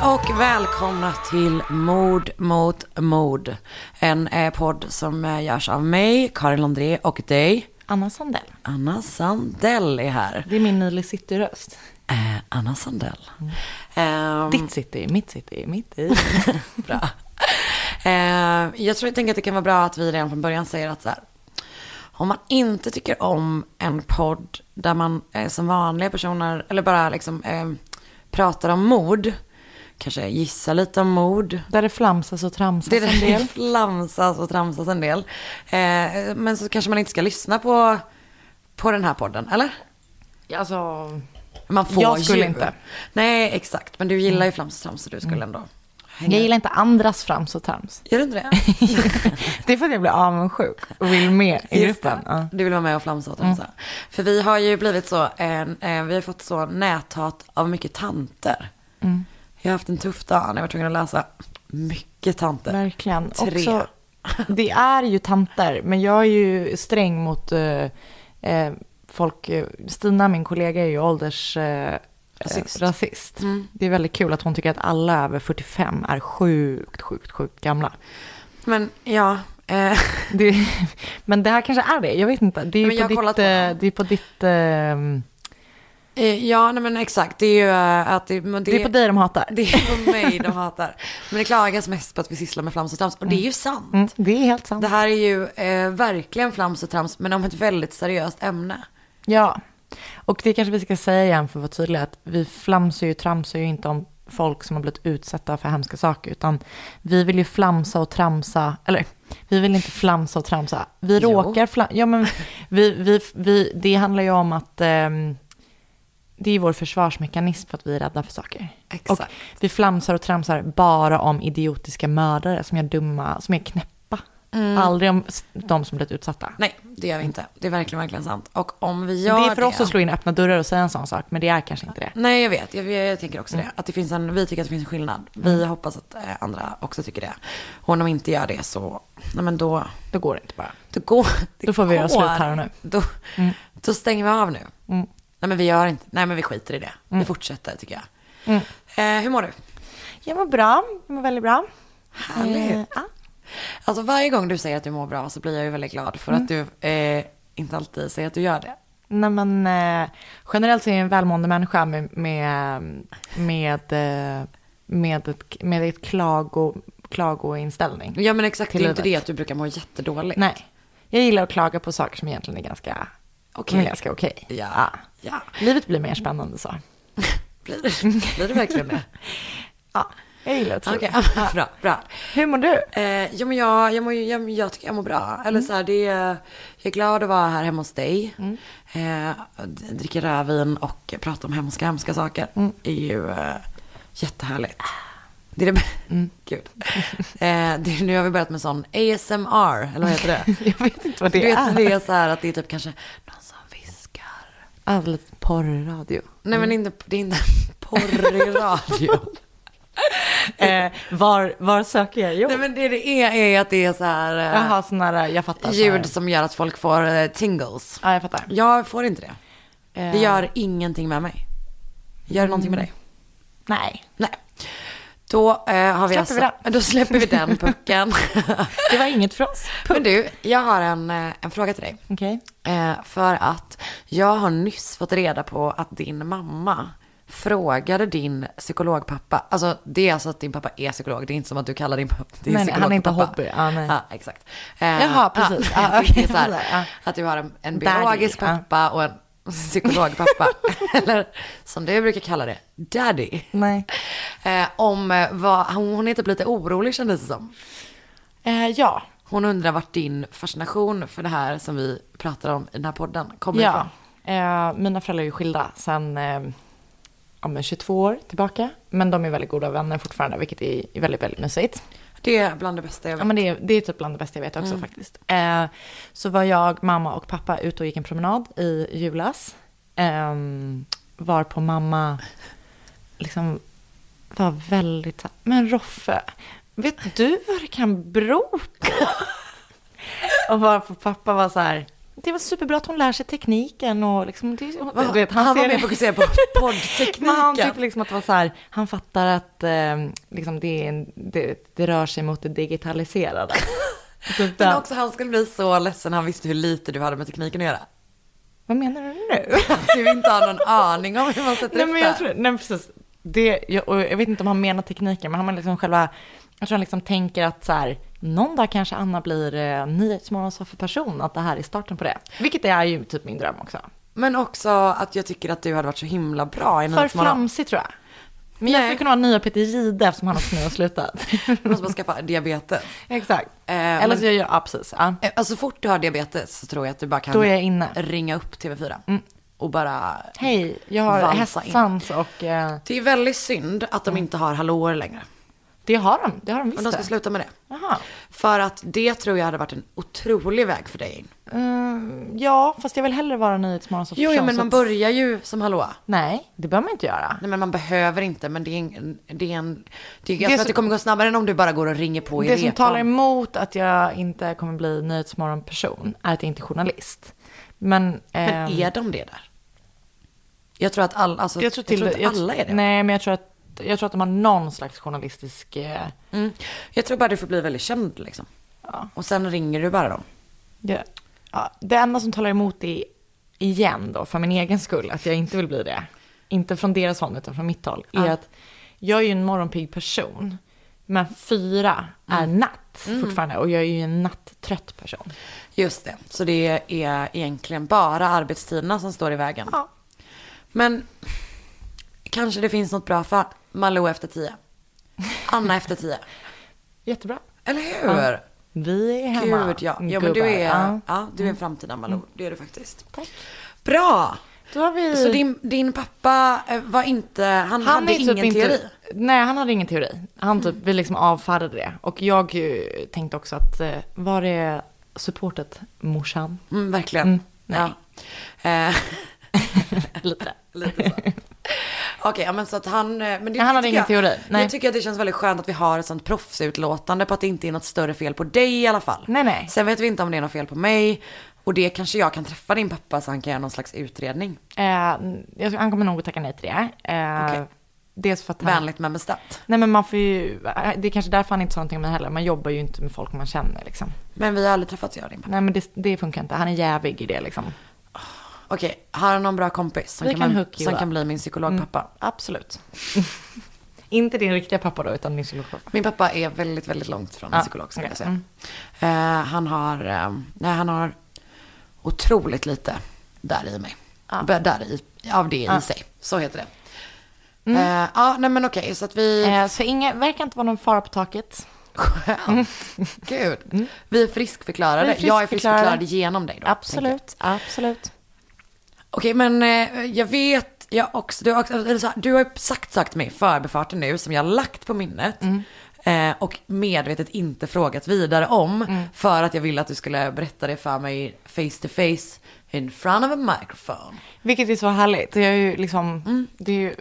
och välkomna till Mord mot mord. En podd som görs av mig, Karin Landré, och dig, Anna Sandell. Anna Sandell är här. Det är min Nile City-röst. Anna Sandell. Ditt city, mitt i. Bra. Jag tänker att det kan vara bra att vi redan från början säger att så här, om man inte tycker om en podd där man som vanliga personer eller bara liksom pratar om mord, kanske gissa lite om mord. Där det flamsas och tramsas en del. Det flamsas och tramsas en del. Men så kanske man inte ska lyssna på den här podden, eller? Alltså, man får jag skulle ju inte. Nej, exakt. Men du gillar ju flams och trams, så du skulle ändå hänga. Jag gillar inte andras frams och trams. Gör du inte det? Det är för att jag blir avundsjuk och vill med i gruppen. Ja. Du vill vara med och flamsa och tramsa. För vi har ju blivit så, vi har fått så näthat av mycket tanter. Jag har haft en tuff dag när jag var tvungen att läsa mycket tanter. Verkligen. 3. Också, det är ju tanter, men jag är ju sträng mot folk. Stina, min kollega, är ju rasist. Det är väldigt kul att hon tycker att alla över 45 är sjukt gamla. Men ja... men det här kanske är det. Jag vet inte. Det är ju på ditt... Ja, nej men exakt. Det är ju att det är på dig de hatar. Det är på mig de hatar. Men det klagas mest på att vi sysslar med flams och trams. Och det är ju sant. Det är helt sant. Det här är ju verkligen flams och trams, men om ett väldigt seriöst ämne. Ja, och det kanske vi ska säga igen för att vara tydliga, att vi flamsar ju tramsar ju inte om folk som har blivit utsatta för hemska saker, utan vi vill ju flamsa och tramsa, eller vi vill inte flamsa och tramsa. Vi råkar ja, men det handlar ju om att det är vår försvarsmekanism för att vi är rädda för saker. Exakt. Och vi flamsar och tramsar bara om idiotiska mördare som är dumma, som är knäppa. Aldrig om de som blivit utsatta. Nej, det gör vi inte. Det är verkligen sant. Och om vi gör det är för oss att slå in öppna dörrar och säga en sån sak, men det är kanske inte det. Nej, jag vet. Jag tänker också det. Att det finns vi tycker att det finns en skillnad. Vi hoppas att andra också tycker det. Och om de inte gör det så, nej men då går det inte bara. Då får vi göra slut här och nu. Då stänger vi av nu. Nej, men vi gör inte. Nej, men vi skiter i det. Vi fortsätter, tycker jag. Hur mår du? Jag mår bra. Jag mår väldigt bra. Härligt. Alltså varje gång du säger att du mår bra så blir jag ju väldigt glad för att du inte alltid säger att du gör det. Nej, men generellt så är jag en välmående människa med ett klagoinställning. Ja, men exakt. Det är inte det att du brukar må jättedåligt. Nej, jag gillar att klaga på saker som egentligen är ganska okej. Ja. Livet blir mer spännande så. Blir det verkligen det? Ja. Jag gillar att okay. Bra. Hur mår du? Ja, men jag tycker jag mår bra. Eller så här, jag är glad att vara här hemma hos dig. Dricka rödvin och prata om hemska saker. Är ju jättehärligt. Det är det. Gud. Nu har vi börjat med sån ASMR, eller vad heter det? Jag vet inte vad det är. Det är så här att det är typ kanske någon som viskar. Lite porrradio. Nej, men det är inte porrig radio. Var söker jag jobb? Nej, men det är att det är så här jaha, sån här, jag fattar, ljud som gör att folk får tingles. Ja, jag fattar. Jag får inte det. Det gör ingenting med mig. Gör det någonting med dig? Nej. Då har vi då släpper vi den pucken. Det var inget för oss. Men du, jag har en fråga till dig. Okej. För att jag har nyss fått reda på att din mamma frågade din psykologpappa. Alltså det är alltså att din pappa är psykolog. Det är inte som att du kallar din pappa din nej, psykolog. han är inte pappa. hobby. Nej. Ja, exakt. Jaha, precis. Det är så här, att du har en biologisk pappa och en psykologpappa. Eller som du brukar kalla det, daddy. Nej. Hon är typ lite orolig, kändes det som. Ja. Hon undrar vart din fascination för det här som vi pratar om i den här podden kommer ifrån. Mina föräldrar är ju skilda sen 22 år tillbaka. Men de är väldigt goda vänner fortfarande, vilket är väldigt, väldigt mysigt. Det är bland det bästa jag vet. Ja, men det är typ bland det bästa jag vet också faktiskt. Så var jag, mamma och pappa ute och gick en promenad i julas. Var på mamma liksom var väldigt, men Roffe, vet du vad det kan bero på? Och var på pappa var så här, det var superbra att hon lär sig tekniken och liksom, du vet, han var mer fokuserad på poddtekniken. Men han tyckte liksom att det var så här, han fattar att liksom det rör sig mot det digitaliserade. Men också han skulle bli så ledsen, han visste hur lite du hade med tekniken att göra. Vad menar du nu? Att du inte har någon aning om hur man sätter upp det. Nej, precis. Jag vet inte om han menar tekniken, men han liksom själva, jag tror han liksom tänker att så här, någon dag kanske Anna blir nyhetsmorgon för person, att det här är starten på det. Vilket är ju typ min dröm också. Men också att jag tycker att du hade varit så himla bra i för flamsig tror jag. Men jag skulle kunna vara nya Peter Jihde eftersom han också nu har slutat. Du måste bara skaffa diabetes. Exakt. Eller så gör jag precis. Ja. Alltså fort du har diabetes så tror jag att du bara kan då är jag inne. Ringa upp TV4. Och bara hej, jag har hästsvans och... Det är väldigt synd att de inte har hallåor längre. Det har de visst. Och de ska sluta med det. Jaha. För att det tror jag hade varit en otrolig väg för dig in. Ja, fast jag vill hellre vara nyhetsmorgon som Jo, men man börjar ju som hallå. Nej, det behöver man inte göra. Nej, men man behöver inte, men jag tror att det kommer gå snabbare än om du bara går och ringer på i repan. Det som talar emot att jag inte kommer bli nyhetsmorgon person är att jag inte är journalist. Men är de det där? Jag tror att alla, alltså, jag tror att alla är det. Nej, men jag tror att de har någon slags journalistisk... Jag tror bara du får bli väldigt känd liksom. Ja. Och sen ringer du bara dem. Ja, det enda som talar emot det igen då, för min egen skull, att jag inte vill bli det. Inte från deras håll utan från mitt håll. Är att jag är ju en morgonpigg person. Men 4 är natt fortfarande. Och jag är ju en natttrött person. Just det. Så det är egentligen bara arbetstiderna som står i vägen. Ja. Men kanske det finns något bra för Malou efter 10. Anna efter 10. Jättebra. Eller hur? Ja. Vi är hemma. Gud, ja. Ja, men du är en framtida Malou. Det är du faktiskt. Tack. Bra. Då har vi... Så din pappa var inte... Han hade ingen typ teori? Nej, han hade ingen teori. Vi liksom avfärdade det. Och jag tänkte också att var det supportet morsan? Verkligen. Nej. Ja. Lite så. Okej, men så att han... Men han hade ingen teori. Nej. Jag tycker att det känns väldigt skönt att vi har ett sånt proffsutlåtande på att det inte är något större fel på dig i alla fall. Nej. Sen vet vi inte om det är något fel på mig. Och det kanske jag kan träffa din pappa så han kan göra någon slags utredning. Han kommer nog att tacka nej till det. Okay. Dels för att vänligt men bestämt. Nej, men man får ju... Det är kanske därför han inte sa någonting om mig heller. Man jobbar ju inte med folk man känner liksom. Men vi har aldrig träffats, jag och din pappa. Nej, men det funkar inte. Han är jävig i det liksom. Okej, har han någon bra kompis som kan bli min psykologpappa? Absolut. Inte din riktiga pappa då, utan din psykologpappa. Min pappa är väldigt, väldigt långt från en psykolog, ska jag säga. Han har otroligt lite där i mig. Av det i sig. Så heter det. Nej men okej, så att vi... Så verkar inte vara någon fara på taket. Gud. Vi är friskförklarade. Jag är friskförklarad genom dig då. Absolut. Okej, men jag vet, du har sagt till mig förbifarten nu som jag har lagt på minnet. Och medvetet inte frågat vidare om. För att jag ville att du skulle berätta det för mig face to face in front of a microphone. Vilket är så härligt. Jag är ju liksom, det är ju...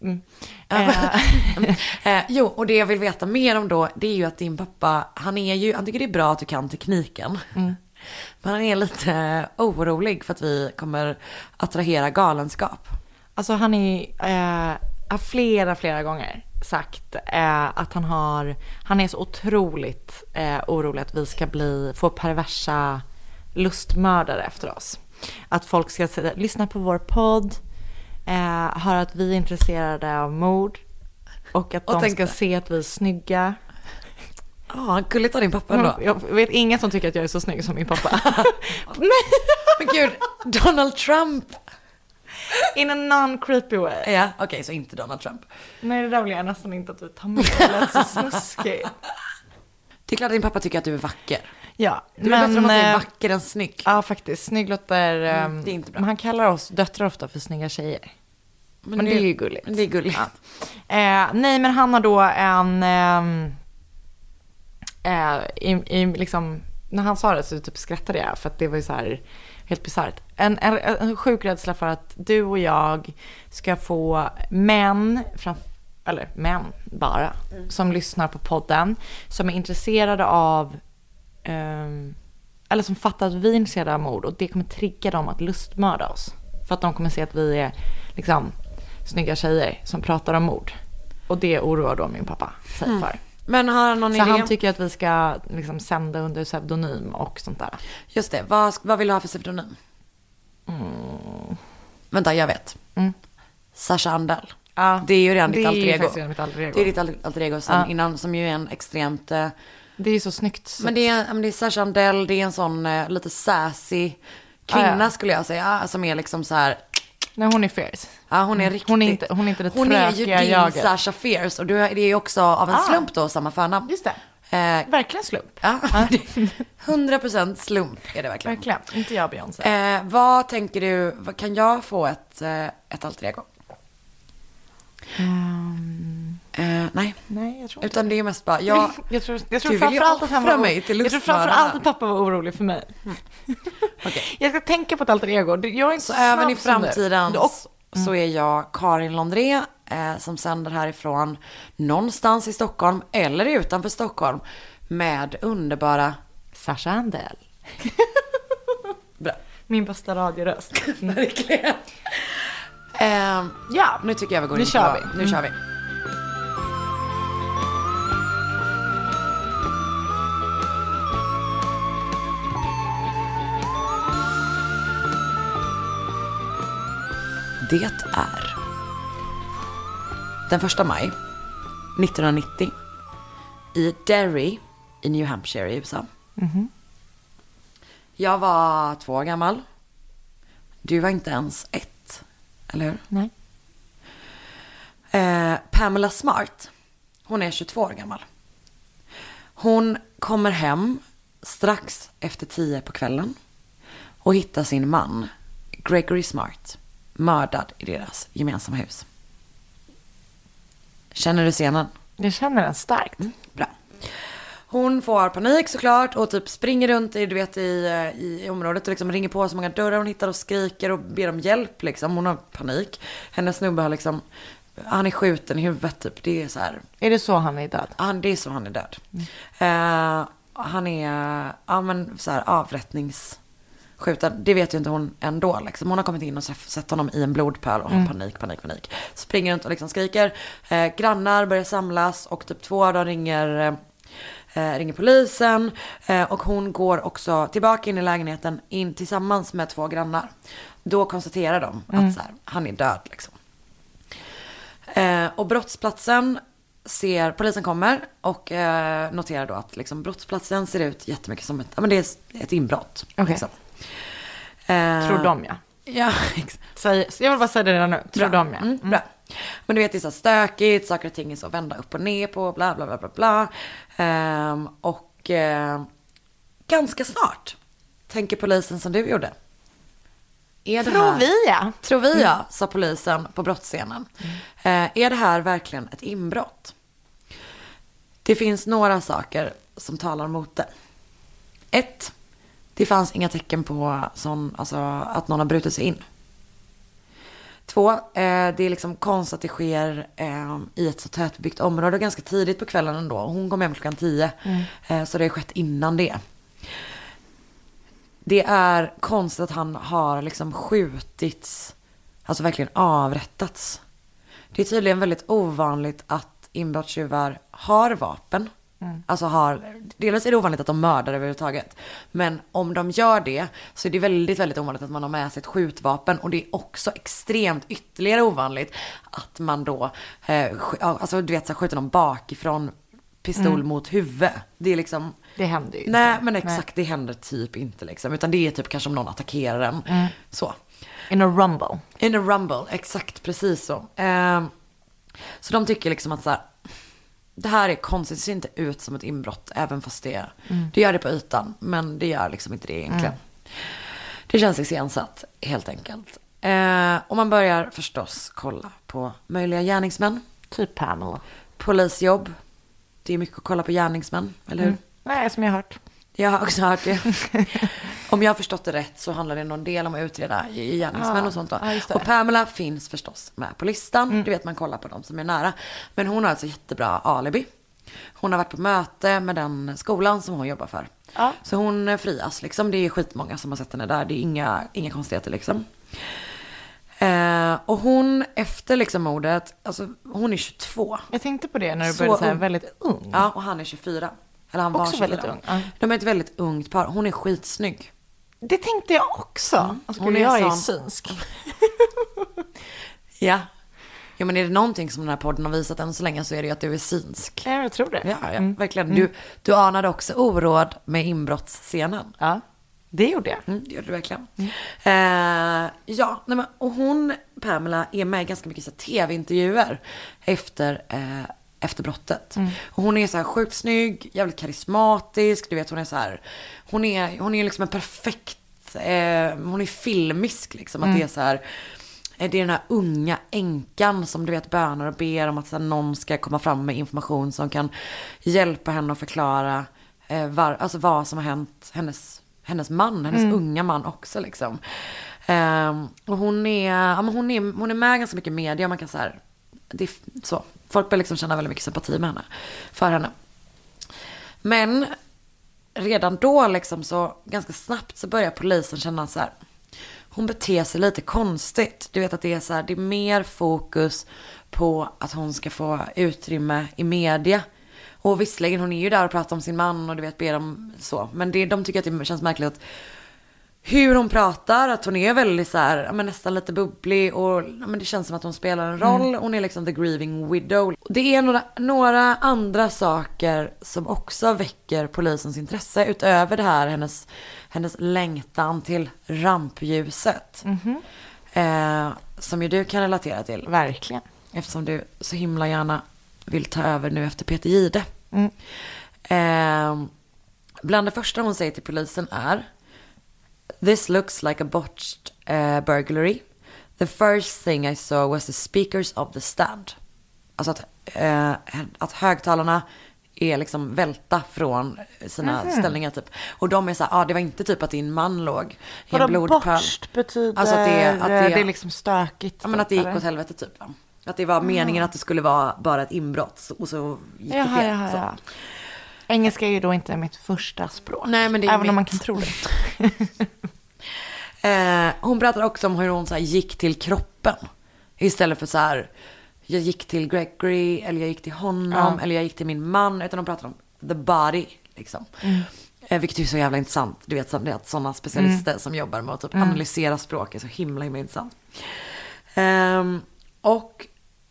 Jo, och det jag vill veta mer om då, det är ju att din pappa, han tycker det är bra att du kan tekniken. Men han är lite orolig för att vi kommer attrahera galenskap. Alltså han har flera gånger sagt att han är så otroligt orolig att vi ska få perversa lustmördare efter oss. Att folk ska lyssna på vår podd, höra att vi är intresserade av mord och att de ska se att vi är snygga. Han gulligt av din pappa ändå. Jag vet ingen som tycker att jag är så snygg som min pappa. Men gud, Donald Trump. In a non-creepy way. Ja, okej, så inte Donald Trump. Nej, det där vill jag nästan inte att du tar med. Det lät så snuskigt. Det är klart att din pappa tycker att du är vacker. Ja, det är bättre om man säger vacker än snygg. Ja, faktiskt. Snygg låter... det är inte bra. Men han kallar oss döttrar ofta för snygga tjejer. Men det är ju gulligt. Det är gulligt. Ja. Nej, men han har då liksom, när han sa det så typ skrattade jag för att det var ju så här helt bisarrt. En sjuk rädsla för att du och jag ska få män som lyssnar på podden, som är intresserade av eller som fattar att vi är intresserade av mord och det kommer trigga dem att lustmörda oss. För att de kommer se att vi är liksom snygga tjejer som pratar om mord. Och det oroar då min pappa sig för. Men har han någon så idé? han tycker att vi ska liksom sända under pseudonym och sånt där. Just det, vad vill du ha för pseudonym? Vänta, jag vet. Sasha Andell. Ja, det är ju redan ditt är alter ego. faktiskt redan mitt alter ego. Det är ditt alter ego sen innan, som ju är en extremt... det är ju så snyggt. Men det är Sasha Andell, det är en sån lite sassy kvinna skulle jag säga. Som är liksom så här... Nej, hon är fierce. Ja, hon är riktigt... Hon är inte det hon är ju din jaget. Sasha Fierce. Och det är ju också av en slump då, samma förnamn. Just det. Verkligen slump. Ja, 100% slump är det verkligen. Verkligen, inte jag Beyoncé. Vad tänker du, kan jag få ett alter ego? Nej. Nej, jag tror inte. Utan det är mest bara, jag tror framförallt att han var... mig till jag tror framförallt att pappa var orolig för mig. Okay. Jag ska tänka på ett alter ego. Jag är inte så även i framtiden du. så är jag Karin Londré som sänder härifrån någonstans i Stockholm eller utanför Stockholm med underbara Sasha Andell. Bra. Min bästa radioröst. Verkligen. Ja, nu tycker jag vi går nu in kör på... Nu kör vi. Det är den 1 maj 1990 i Derry i New Hampshire i USA. Jag var 2 år gammal. Du var inte ens 1, eller hur? Nej. Pamela Smart, hon är 22 år gammal. Hon kommer hem strax efter 10 på kvällen och hittar sin man Gregory Smart mördad i deras gemensamma hus. Känner du scenen? Jag känner den starkt. Bra. Hon får panik såklart och typ springer runt i området och liksom ringer på så många dörrar hon hittar och skriker och ber om hjälp liksom. Hon har panik. Hennes snubbe har liksom, han är skjuten i huvudet typ. Det är så här. Är det så han är död? Det är så han är död. Han är så här avrättningsskjuten. Det vet ju inte hon ändå liksom. Hon har kommit in och sett honom i en blodpöl och har panik. Springer runt och liksom skriker. Grannar börjar samlas och typ 2 av dem ringer polisen. Och hon går också tillbaka in i lägenheten in tillsammans med 2 grannar. Då konstaterar de att så här, han är död liksom. Och brottsplatsen polisen kommer och noterar då att liksom, brottsplatsen ser ut jättemycket som det är ett inbrott. Okay. Liksom. Tror de ja. Ja, jag vill bara säga det redan nu. Tror de ja. Bra. Men du vet, det är så stökigt, saker och ting är så vända upp och ner på, bla bla bla bla bla. Och ganska snart tänker polisen som du gjorde. Tror vi ja, sa polisen på brottsscenen. Är det här verkligen ett inbrott? Det finns några saker som talar mot det. 1. Det fanns inga tecken på att någon har brutit sig in. 2. Det är liksom konstigt att det sker i ett så tätbebyggt område ganska tidigt på kvällen ändå. Hon kom hem klockan 10. Så det har skett innan det. Det är konstigt att han har liksom skjutits, alltså verkligen avrättats. Det är tydligen väldigt ovanligt att inbrottstjuvar har vapen. Alltså dels är det ovanligt att de mördar överhuvudtaget. Men om de gör det så är det väldigt, väldigt ovanligt att man har med sig ett skjutvapen. Och det är också extremt ytterligare ovanligt att man då, skjuter någon bakifrån pistol mot huvud. Det är liksom... Det händer ju nej, inte. Men exakt, det händer typ inte liksom. Utan det är typ kanske om någon attackerar en. Så. In a rumble, exakt, precis så. Så de tycker liksom att så här, det här är konstigt, det ser inte ut som ett inbrott. Även fast det gör det på ytan. Men det gör liksom inte det egentligen. Det känns iscensatt, helt enkelt. Och man börjar förstås kolla på möjliga gärningsmän. Typ Pamela. Polisjobb. Det är mycket att kolla på gärningsmän, eller hur? Nej, som jag har hört. Jag har också hört det. Om jag har förstått det rätt så handlar det någon del om att utreda gärningsmän och sånt då. Och Pamela finns förstås med på listan. Du vet, man kollar på dem som är nära. Men hon har alltså jättebra alibi. Hon har varit på möte med den skolan som hon jobbar för. Ja. Så hon frias liksom. Det är skitmånga som har sett henne där. Det är inga konstigheter liksom. Och hon efter liksom mordet, alltså hon är 22. Jag tänkte på det när du började säga väldigt ung. Ja, och han är 24. Eller han också var 24. Väldigt ung. Ja. De är ett väldigt ungt par. Hon är skitsnygg. Det tänkte jag också. Alltså, hon jag är sån... synsk. Ja. Ja, men är det någonting som den här podden har visat än så länge så är det ju att du är synsk. Ja, jag tror det. Ja, verkligen. Du anade också oråd med inbrottsscenen. Ja, det gjorde jag. Det gjorde du verkligen. Ja, nej men, och hon, Pamela, är med ganska mycket så här tv-intervjuer efter brottet. Och hon är så här sjukt snygg, jävligt karismatisk. Du vet, hon är så här, hon är liksom en perfekt, hon är filmisk liksom. Att det är så här, det är den här unga änkan som du vet bönar och ber om att så här, någon ska komma fram med information som kan hjälpa henne att förklara vad som har hänt hennes man, hennes unga man också liksom. Och hon är med ganska mycket media, man kan så här, det är så, folk börjar liksom känna väldigt mycket sympati med henne, för henne. Men redan då liksom så ganska snabbt så börjar polisen känna så här, hon beter sig lite konstigt. Du vet att det är så här, det är mer fokus på att hon ska få utrymme i media. Och visserligen, hon är ju där och pratar om sin man och du vet, ber om så. Men de tycker att det känns märkligt att hur hon pratar, att hon är väldigt så här, men nästan lite bubblig och men det känns som att hon spelar en roll. Hon är liksom the grieving widow. Det är några andra saker som också väcker polisens intresse utöver det här, hennes längtan till rampljuset. Som ju du kan relatera till. Verkligen. Eftersom du så himla gärna vill ta över nu efter Peter Jihde. Bland det första hon säger till polisen är: "This looks like a botched burglary. The first thing I saw was the speakers of the stand." Alltså att högtalarna är liksom välta från sina ställningar typ. Och de är så här, det var inte typ att din man låg i en blodpöl. Botched betyder alltså att det är liksom stökigt. Ja, men att det gick åt helvete typ, va? Att det var meningen att det skulle vara bara ett inbrott och så gick det fel. Ja. Engelska är ju då inte mitt första språk. Nej, men det är även om man kan tro det. Hon pratar också om hur hon så här gick till kroppen. Istället för så här, jag gick till Gregory eller jag gick till honom eller jag gick till min man. Utan hon pratar om the body liksom. Vilket är så jävla intressant. Du vet, det är sådana specialister som jobbar med att typ analysera språk är så himla intressant. Och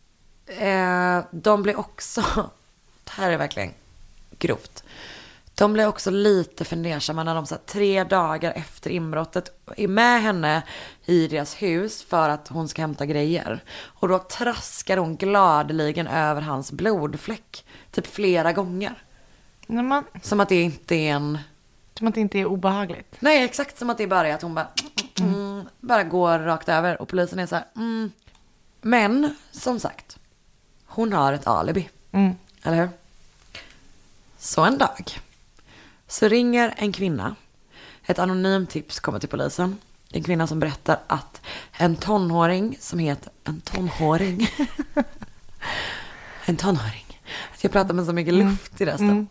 de blir också, det här är verkligen grovt, de blir också lite fundersamma när de så här, 3 dagar efter inbrottet är med henne i deras hus för att hon ska hämta grejer. Och då traskar hon gladeligen över hans blodfläck typ flera gånger. Som att det inte är som att det inte är obehagligt. Nej, exakt, som att det bara är att hon bara går rakt över. Och polisen är så här, Men, som sagt, hon har ett alibi. Eller hur? Så en dag så ringer en kvinna. Ett anonymt tips kommer till polisen. En kvinna som berättar att en tonåring som heter... En tonåring. Jag pratar med så mycket luft i rösten.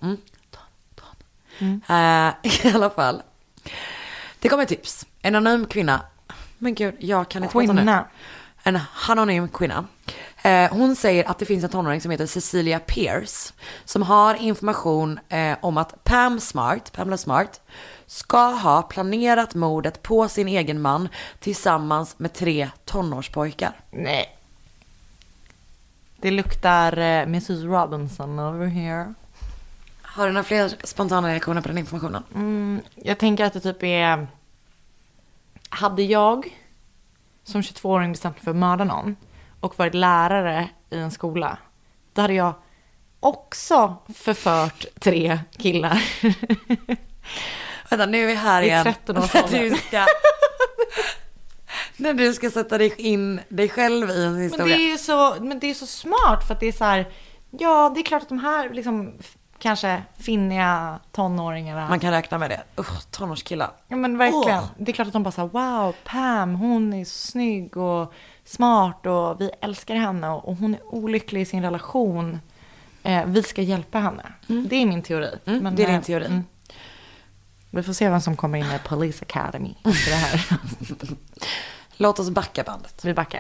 I alla fall. Det kommer ett tips. En anonym kvinna. Men gud, jag kan inte prata nu. En anonym kvinna. Hon säger att det finns en tonåring som heter Cecilia Pierce som har information om att Pamela Smart ska ha planerat mordet på sin egen man tillsammans med 3 tonårspojkar. Nej. Det luktar Mrs. Robinson over here. Har du några fler spontana reaktioner på den informationen? Jag tänker att det typ är... Hade jag som 22-åring bestämt för att mörda någon och varit lärare i en skola, då hade jag också förfört 3 killar. Vänta, nu är vi här igen. 13 år när du ska sätta dig själv i en historia. Men det är så smart för att det är så här, ja, det är klart att de här liksom kanske finniga tonåringarna. Man kan räkna med det. Tonårskillar. Ja, men verkligen. Det är klart att de bara så här, wow, Pam, hon är snygg och smart och vi älskar henne och hon är olycklig i sin relation. Vi ska hjälpa henne. Det är min teori. Men, det är din teori. Vi får se vem som kommer in i Police Academy för det här. Låt oss backa bandet. Vi backar.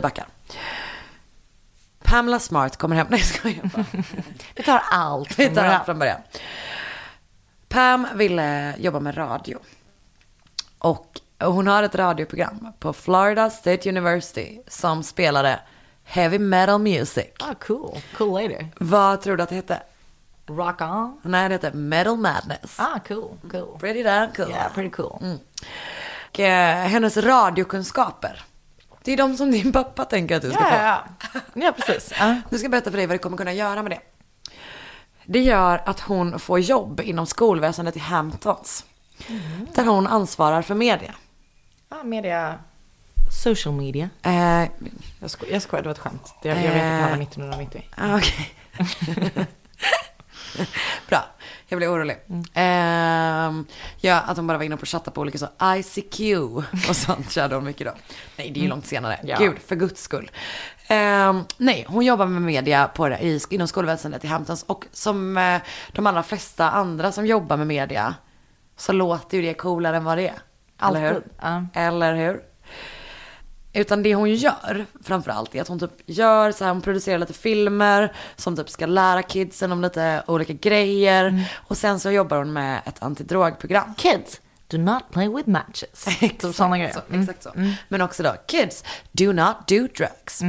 Pamela Smart kommer hem. Nej, ska jag bara. Vi tar allt från början. Pam ville jobba med radio. Och hon har ett radioprogram på Florida State University som spelade heavy metal music. Cool. Cool lady. Vad tror du att det hette? Rock on? Nej, det heter Metal Madness. Cool. Pretty damn cool. Yeah, pretty cool. Och hennes radiokunskaper. Det är de som din pappa tänker att du ska få. Ja, precis. Du ska berätta för dig vad du kommer kunna göra med det. Det gör att hon får jobb inom skolväsendet i Hamptons. Där hon ansvarar för media. Media. Social media. Jag skojar, det var ett skämt. Jag vet att det var 1990. Okej. Bra, jag blir orolig. Att hon bara var inne på chatta på olika så ICQ och sånt körde hon mycket då. Nej, det är ju långt senare. Ja. Gud, för guds skull. Nej, hon jobbar med media på det, inom skolväsendet i Hamptons. Och som de allra flesta andra som jobbar med media så låter ju det coolare än vad det är. Alltid. Eller hur? Eller hur? Utan det hon gör framförallt är att hon typ gör så här, hon producerar lite filmer som typ ska lära kidsen om lite olika grejer. Och sen så jobbar hon med ett antidrogprogram. Kids, do not play with matches. Exakt så. Men också då, kids, do not do drugs.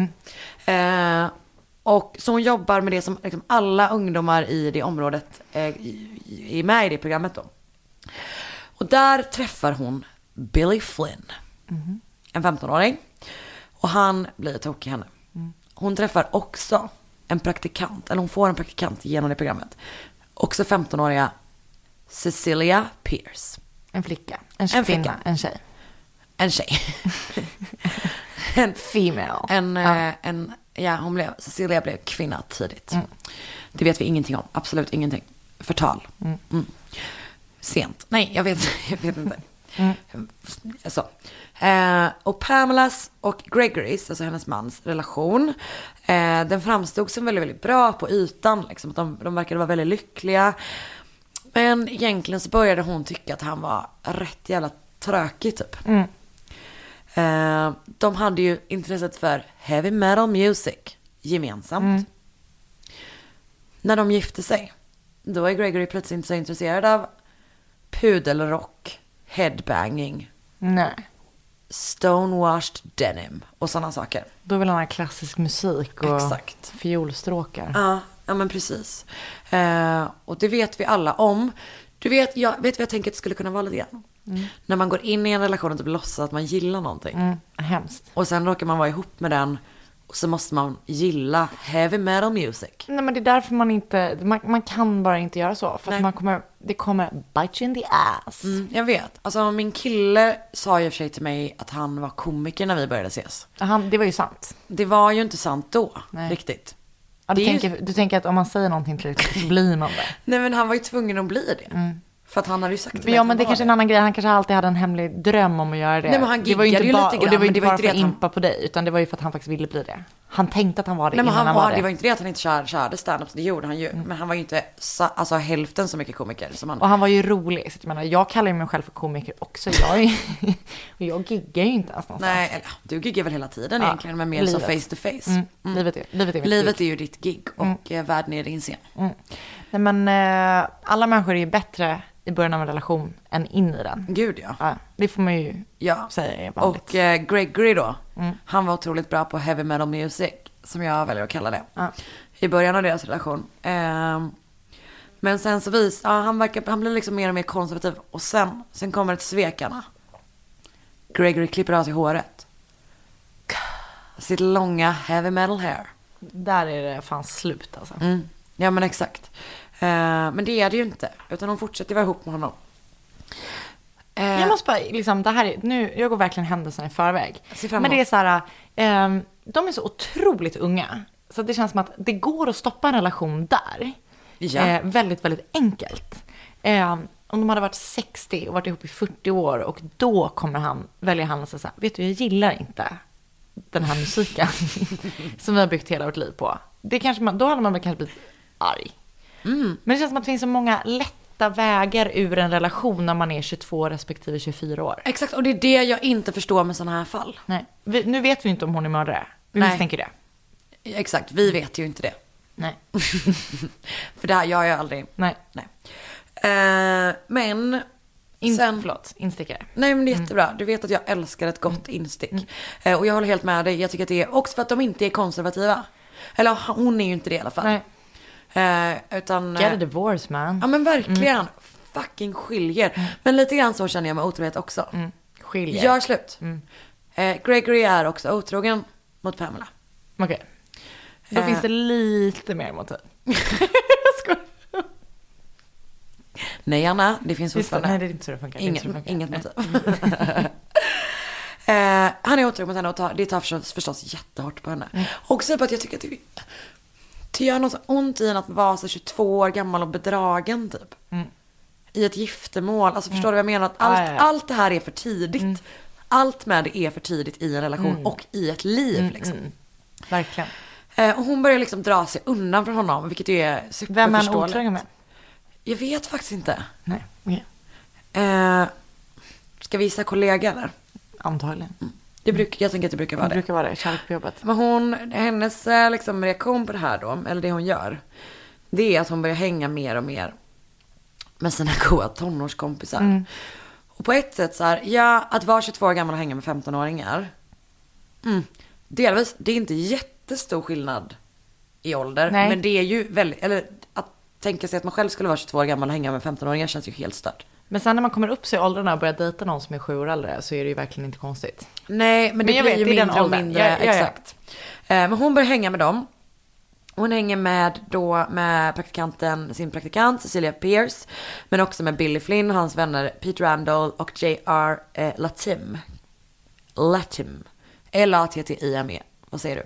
Och så hon jobbar med det som liksom alla ungdomar i det området är med i det programmet då. Och där träffar hon Billy Flynn. En 15-åring. Och han blir tokig henne. Hon träffar också en praktikant. Eller hon får en praktikant genom det programmet. Också 15-åriga Cecilia Pierce. En flicka. En kvinna. Flicka. En tjej. En tjej. En female. Cecilia blev kvinna tidigt. Det vet vi ingenting om. Absolut ingenting. Förtal. Sent. Nej, jag vet inte. Så. Och Pamelas och Gregorys, alltså hennes mans relation, den framstod som väldigt, väldigt bra på ytan liksom, att de verkade vara väldigt lyckliga. Men egentligen så började hon tycka att han var rätt jävla trökig typ. De hade ju intresset för heavy metal music gemensamt. När de gifte sig, då är Gregory plötsligt inte så intresserad av pudelrock, headbanging, stonewashed denim och sådana saker. Då vill han ha klassisk musik och fiolstråkar. Ja, men precis. Och det vet vi alla om. Du vet, jag tänker att det skulle kunna vara lite grann. När man går in i en relation och typ låtsas att man gillar någonting. Hemskt. Och sen råkar man vara ihop med den. Och så måste man gilla heavy metal music. Nej, men det är därför man kan bara inte göra så. För att det kommer bite you in the ass. Jag vet. Alltså min kille sa ju för sig till mig att han var komiker när vi började ses. Det var ju sant. Det var ju inte sant då, riktigt. Ja, du tänker att om man säger någonting tillräckligt så blir man det. Nej, men han var ju tvungen att bli det. För att han hade ju sagt det. Ja, men det är kanske en annan grej. Han kanske alltid hade en hemlig dröm om att göra det. Nej, men han giggade ju lite grann. Och det var inte bara för att impa på dig, utan det var ju för att han faktiskt ville bli det. Han tänkte att han var det. Nej, men han var det. Det var inte det att han inte körde stand-up, det gjorde han ju. Men han var ju inte hälften så mycket komiker som han. Och han var ju rolig. Så jag menar, jag kallar mig själv för komiker också. Och jag giggar ju inte ens någonstans. Nej, du giggar väl hela tiden egentligen, men mer så face to face. Livet är ju ditt gig och världen är din scen. Nej, men alla människor är ju bättre i början av en relation än in i den. Gud, ja. Det får man ju säga är vanligt. Och Gregory då, han var otroligt bra på heavy metal music, som jag väljer att kalla det. I början av deras relation. Men sen så han blir liksom mer och mer konservativ. Och sen kommer ett svekarna. Gregory klipper av sig håret. Sitt långa heavy metal hair. Där är det fan slut alltså. Ja, men exakt. Men det är det ju inte. Utan hon fortsätter vara ihop med honom. Jag måste bara, liksom, jag går verkligen händelserna i förväg. Men det är så här, de är så otroligt unga. Så det känns som att det går att stoppa en relation där. Ja. Väldigt, väldigt enkelt. Om de hade varit 60 och varit ihop i 40 år och då väljer han att säga så här, vet du, jag gillar inte den här musiken som vi har byggt hela vårt liv på. Det kanske då hade man väl kanske blivit arg. Men det känns som att det finns så många lätta vägar ur en relation när man är 22 respektive 24 år. Exakt, och det är det jag inte förstår med sådana här fall. Nej. Nu vet vi inte om hon är mördare. Vi misstänker det. Exakt, vi vet ju inte det. Nej. För det här gör jag aldrig. Nej. Men... Instickare. Nej, men det är jättebra. Du vet att jag älskar ett gott instick. Och jag håller helt med dig. Jag tycker att det är också för att de inte är konservativa. Eller hon är ju inte det i alla fall. Nej. Utan... Get a divorce, man. Ja, men verkligen. Fucking skiljer. Men lite grann så känner jag med otrohet också. Skiljer. Gör slut. Gregory är också otrogen mot Pamela. Okej. Då finns det lite mer motiv. Nej, Anna, det finns fortfarande. Nej, det är inte så det funkar. Inget motiv. Han är otrogen mot henne och det tar förstås jättehårt på henne. Och så på att jag tycker att det gör något så ont i en att vara så 22 år gammal och bedragen typ. I ett giftermål. Alltså förstår du vad jag menar? Att allt det här är för tidigt. Allt med det är för tidigt i en relation och i ett liv liksom. Verkligen. Och hon börjar liksom dra sig undan från honom, vilket ju är superförståeligt. Vem är han otrogen med? Jag vet faktiskt inte. Nej, okej. Ska vi gissa kollega eller? Antagligen. Jag tänker att det brukar vara det. Det brukar vara det, kärlek på jobbet. Men hennes liksom, reaktion på det här då, eller det hon gör, det är att hon börjar hänga mer och mer med sina goda tonårskompisar. Och på ett sätt så här, ja, att vara 22 år gammal och hänga med 15-åringar. Delvis, det är inte jättestor skillnad i ålder. Nej. Men det är ju väldigt, eller att tänka sig att man själv skulle vara 22 år gammal och hänga med 15-åringar känns ju helt stört. Men sen när man kommer upp sig i åldrarna och börjar dejta någon som är 7 år äldre så är det ju verkligen inte konstigt. Nej, men det blir ju mindre och mindre. Exakt. Men hon börjar hänga med dem. Hon hänger med sin praktikant Cecilia Pierce, men också med Billy Flynn och hans vänner Pete Randall och J.R. Latim. L-A-T-T-I-M-E. Vad säger du?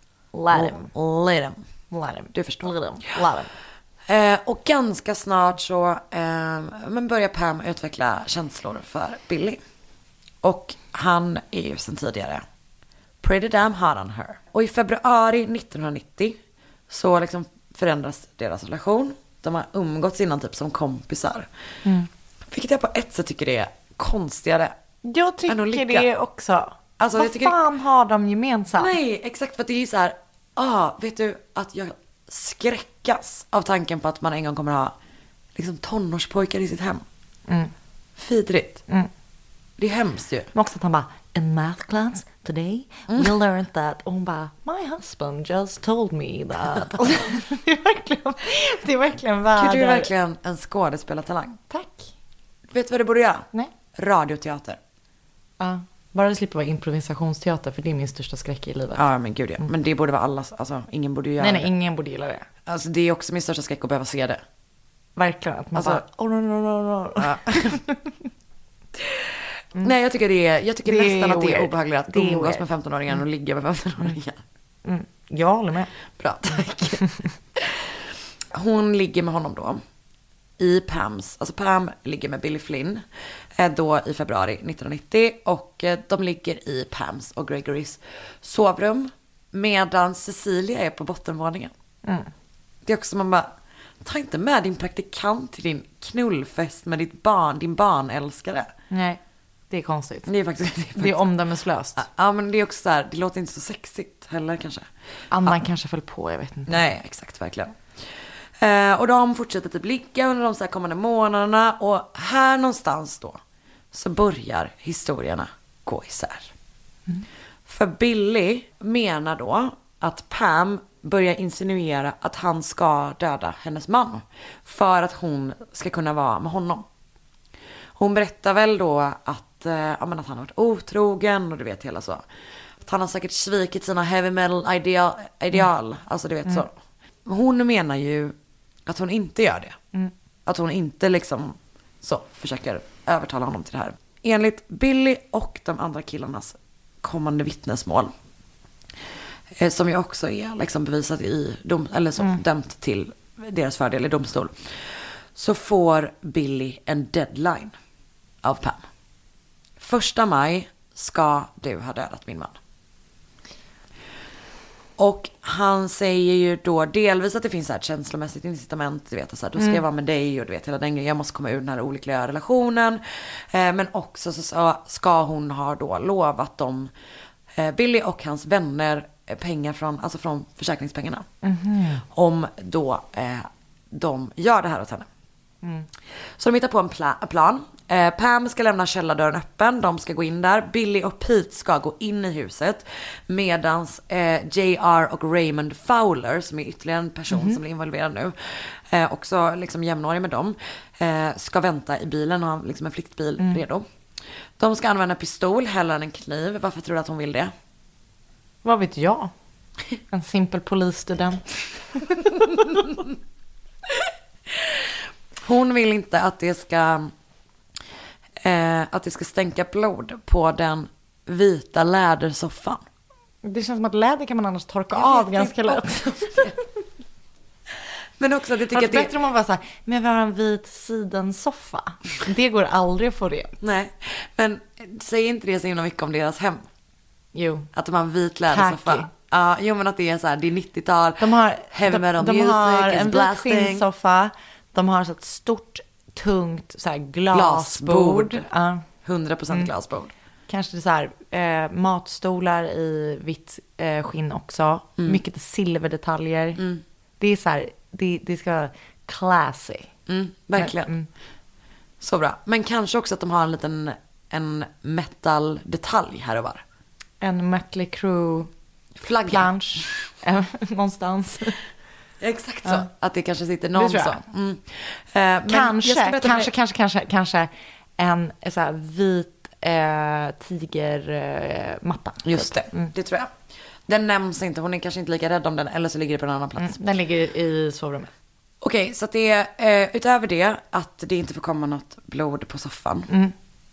Latim. Du förstår. Och ganska snart så börjar Pam utveckla känslor för Billy. Och han är ju sedan tidigare pretty damn hot on her. Och i februari 1990 så liksom förändras deras relation. De har umgåtts innan typ som kompisar. Vilket jag på ett sätt tycker det är konstigare. Jag tycker det också. Alltså, vad fan har de gemensamt? Nej, exakt, för att det är så här. Vet du att jag skräckas av tanken på att man en gång kommer ha liksom tonårspojkar i sitt hem. Fidrigt. Det är hemskt ju. Men också att han bara, in math class today we learned that. Och hon bara, my husband just told me that. det är verkligen världar. Du är verkligen en skådespelartalang. Tack. Vet du vad du borde göra? Nej. Radioteater. Ja. Bara det slipper vara improvisationsteater, för det är min största skräck i livet. Ja, men gud ja. Men det borde vara allas, alltså ingen borde ju göra det. Nej, ingen borde gilla det. Alltså det är också min största skräck att behöva se det. Verkligen, att man bara, no. Ja. Nej, jag tycker nästan att det är obehagligt att umgås med 15-åringar och ligga med 15-åringar. Jag håller med. Bra, tack. Hon ligger med honom då i Pams, alltså Pam ligger med Billy Flynn då i februari 1990 och de ligger i Pams och Gregorys sovrum medan Cecilia är på bottenvåningen. Det är också man bara, ta inte med din praktikant till din knullfest med din barnälskare. Nej, det är konstigt. Det är faktiskt det är omdömeslöst. Ja, men det är också så här, det låter inte så sexigt heller kanske. Annan kanske föll på, jag vet inte. Nej, exakt, verkligen. Och de fortsätter typ ligga under de så här kommande månaderna. Och här någonstans då så börjar historierna gå isär. För Billy menar då att Pam börjar insinuera att han ska döda hennes man för att hon ska kunna vara med honom. Hon berättar väl då att han har varit otrogen och du vet hela så. Att han har säkert svikit sina heavy metal ideal. Alltså du vet så. Hon menar ju att hon inte gör det. Att hon inte liksom så försöker övertala honom till det här. Enligt Billy och de andra killarnas kommande vittnesmål, som ju också är liksom bevisat i dömt till deras fördel i domstol, så får Billy en deadline av Pam. 1 maj ska du ha dödat min man. Och han säger ju då delvis att det finns så här känslomässigt incitament, du vet, så här, då ska jag vara med dig och du vet hela den grejen, jag måste komma ur den här olyckliga relationen. Men också så ska hon ha då lovat dem, Billy och hans vänner, pengar från försäkringspengarna. Om då de gör det här åt henne. Så de hittar på en plan. Pam ska lämna källardörren öppen. De ska gå in där. Billy och Pete ska gå in i huset. Medans JR och Raymond Fowler, som är ytterligare en person som blir involverad nu, också liksom jämnårig med dem, ska vänta i bilen och ha liksom en flyktbil redo. De ska använda pistol hellre än en kniv. Varför tror du att hon vill det? Vad vet jag? En simpel polisstudent. Hon vill inte att det ska stänka blod på den vita lädersoffan. Det känns som att läder kan man annars torka av ganska lätt. Men också att jag tycker det att är bättre om man bara så här, men vi har en vit sidensoffa. Det går aldrig att få det. Nej, men säg inte det så himla mycket om deras hem. Jo. Att de har en vit lädersoffa. Ja, jo, men att det är så här, det är 90-tal. De har heavy metal de music, har en vit blasting. skinnsoffa. De har så ett stort, tungt så här glasbord. 100% glasbord. Kanske så här, matstolar i vitt skinn också. Mycket silverdetaljer. Det är så här, det ska vara classy. Verkligen. Så bra. Men kanske också att de har en metal-detalj här och var. En Mötley Crüe flagga. Plansch någonstans. Exakt så. Att det kanske sitter någon så. Men kanske en så här vit tigermatta. Just det, det tror jag. Den nämns inte, hon är kanske inte lika rädd om den, eller så ligger det på en annan plats. Den ligger i sovrummet. Okej, så att det är utöver det att det inte får komma något blod på soffan.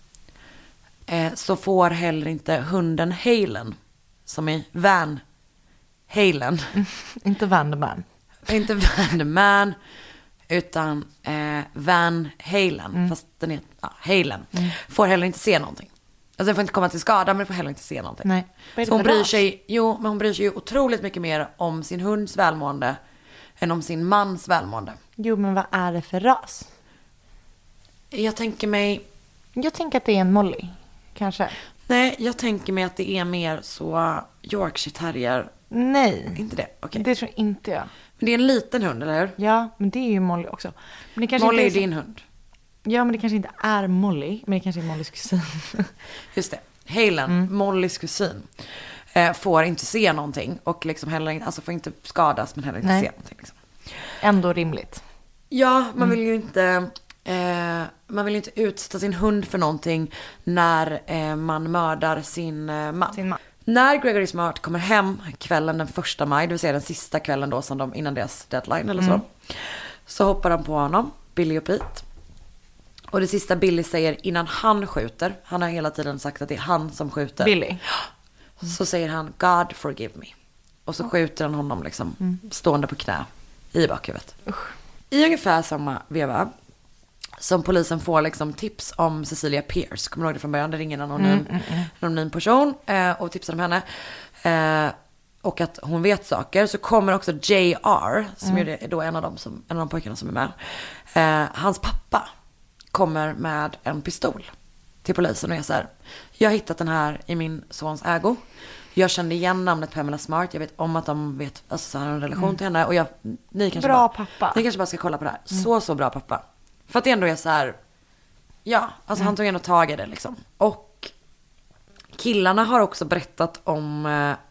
Så får heller inte hunden Halen, som i Van Halen. Inte Van the Man. Inte Van the Man, utan Van Halen. Fast den är Halen. Får heller inte se någonting. Alltså den får inte komma till skada, men får heller inte se någonting. Nej. Så hon bryr sig ju otroligt mycket mer om sin hunds välmående än om sin mans välmående. Jo, men vad är det för ras? Jag tänker att det är en Molly, kanske. Nej, jag tänker mig att det är mer så Yorkshire terrier. Nej. Inte det? Okej. Det tror inte jag. Men det är en liten hund, eller hur? Ja, men det är ju Molly också. Men det kanske Molly inte är din hund. Ja, men det kanske inte är Molly. Men det kanske är Mollys kusin. Just det. Halen, Mollys kusin, får inte se någonting. Och liksom heller, alltså får inte skadas, men heller inte se någonting. Liksom. Ändå rimligt. Ja, man vill ju inte... man vill inte utsätta sin hund för någonting när man mördar sin man. När Gregory Smart kommer hem kvällen den 1 maj, det vill säga den sista kvällen då som de innan deras deadline eller så hoppar de på honom, Billy och Pete. Och det sista Billy säger innan han skjuter, han har hela tiden sagt att det är han som skjuter. Billy. Så säger han God forgive me. Och så skjuter han honom liksom stående på knä i bakhuvudet. I ungefär samma veva som polisen får liksom tips om Cecilia Pierce. Kommer du ihåg det från början? Det ringer en anonym person och tipsar om henne. Och att hon vet saker. Så kommer också JR, som är då en av de pojkarna som är med. Hans pappa kommer med en pistol till polisen och är så här: jag har hittat den här i min sons ägo. Jag kände igen namnet Pamela Smart. Jag vet om att de vet, alltså så har en relation till henne. Och ni kanske bara ska kolla på det här. Så bra pappa. För att det ändå är så här, ja, alltså han tog ändå tag i det liksom. Och killarna har också berättat om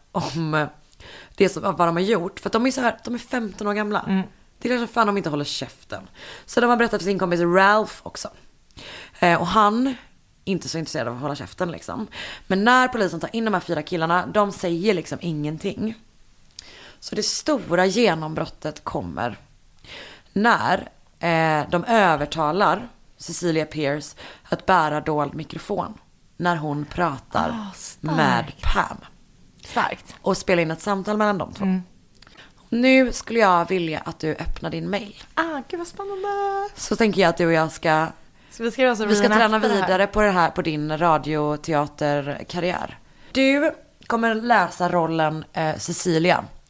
det som, vad de har gjort. För att de är så här, de är 15 år gamla. Det är kanske fan de inte håller käften. Så de har berättat för sin kompis Ralph också. Och han inte så intresserad av att hålla käften liksom. Men när polisen tar in de här 4 killarna, de säger liksom ingenting. Så det stora genombrottet kommer när de övertalar Cecilia Pierce att bära dold mikrofon när hon pratar med Pam. Starkt. Och spela in ett samtal mellan de två. Nu skulle jag vilja att du öppnar din mail. Gud vad spännande. Så tänker jag att du och jag ska vi ska träna vidare på din radioteaterkarriär. Du kommer läsa rollen Cecilia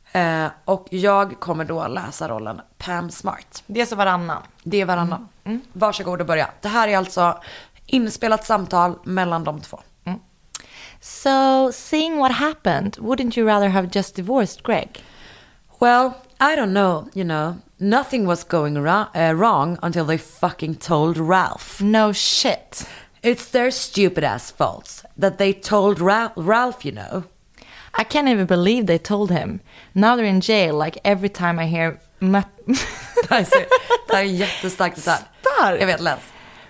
Och jag kommer då läsa rollen Pam Smart. Det är så varannan. Det är varannan. Varsågod och börja. Det här är alltså inspelat samtal mellan de två. So, seeing what happened, wouldn't you rather have just divorced Greg? Well, I don't know, you know. Nothing was going wrong until they fucking told Ralph. No shit. It's their stupid ass faults that they told Ralph, you know. I can't even believe they told him. Now they're in jail like every time I hear... Det här är jättestarkt. Starkt. Jag vet, läs.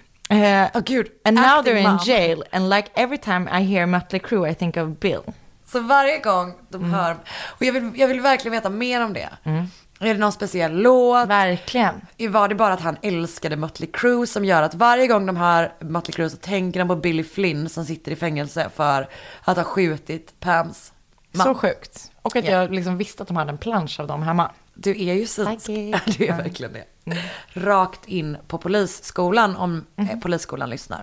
Gud. And now Acting they're in mom. jail and like every time I hear Mötley Crüe I think of Bill. Så varje gång de hör... Och jag vill verkligen veta mer om det. Är det någon speciell låt? Verkligen. Var det bara att han älskade Mötley Crüe som gör att varje gång de hör Mötley Crüe så tänker de på Billy Flynn som sitter i fängelse för att ha skjutit Pams man. Så sjukt. Och att jag liksom visste att de hade en plansch av dem hemma. Du är ju synsk. Psychic. Du är verkligen det. Rakt in på polisskolan om polisskolan lyssnar.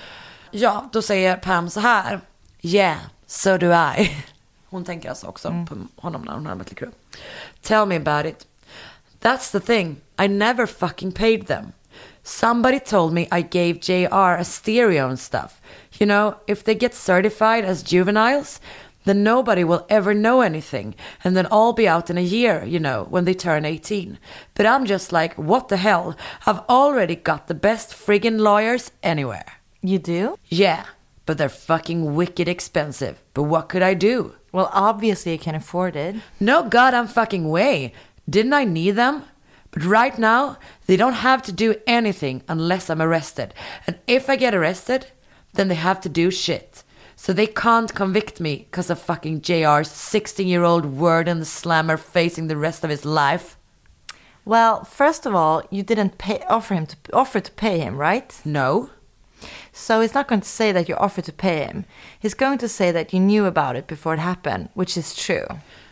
Ja, då säger Pam så här. Yeah, so do I. Hon tänker alltså också på honom när hon har Mötley Crüe. Tell me about it. That's the thing. I never fucking paid them. Somebody told me I gave JR a stereo and stuff. You know, if they get certified as juveniles, then nobody will ever know anything. And then I'll be out in a year, you know, when they turn 18. But I'm just like, what the hell? I've already got the best friggin' lawyers anywhere. You do? Yeah, but they're fucking wicked expensive. But what could I do? Well, obviously you can afford it. No goddamn fucking way. Didn't I need them? But right now, they don't have to do anything unless I'm arrested. And if I get arrested, then they have to do shit. So they can't convict me because of fucking JR's 16-year-old word in the slammer facing the rest of his life. Well, first of all, you didn't offer to pay him, right? No. So he's not going to say that you offered to pay him. He's going to say that you knew about it before it happened, which is true.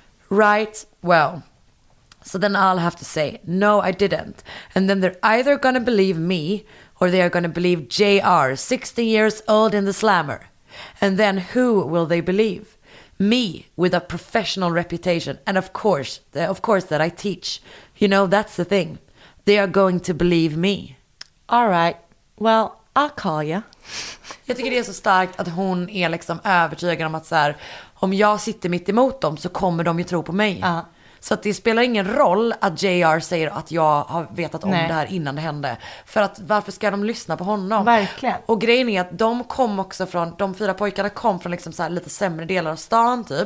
Right, well, so then I'll have to say, no, I didn't. And then they're either going to believe me or they are going to believe JR, 16 years old in the slammer. And then who will they believe? Me, with a professional reputation. And of course that I teach. You know, that's the thing. They are going to believe me. All right, well, I'll call you. Jag tycker det är så starkt att hon är liksom övertygad om att så här, om jag sitter mitt emot dem så kommer de ju tro på mig. Så att det spelar ingen roll att JR säger att jag har vetat om det här innan det hände. För att varför ska de lyssna på honom? Verkligen. Och grejen är att de kom också från, de 4 pojkarna kom från liksom så här lite sämre delar av stan typ.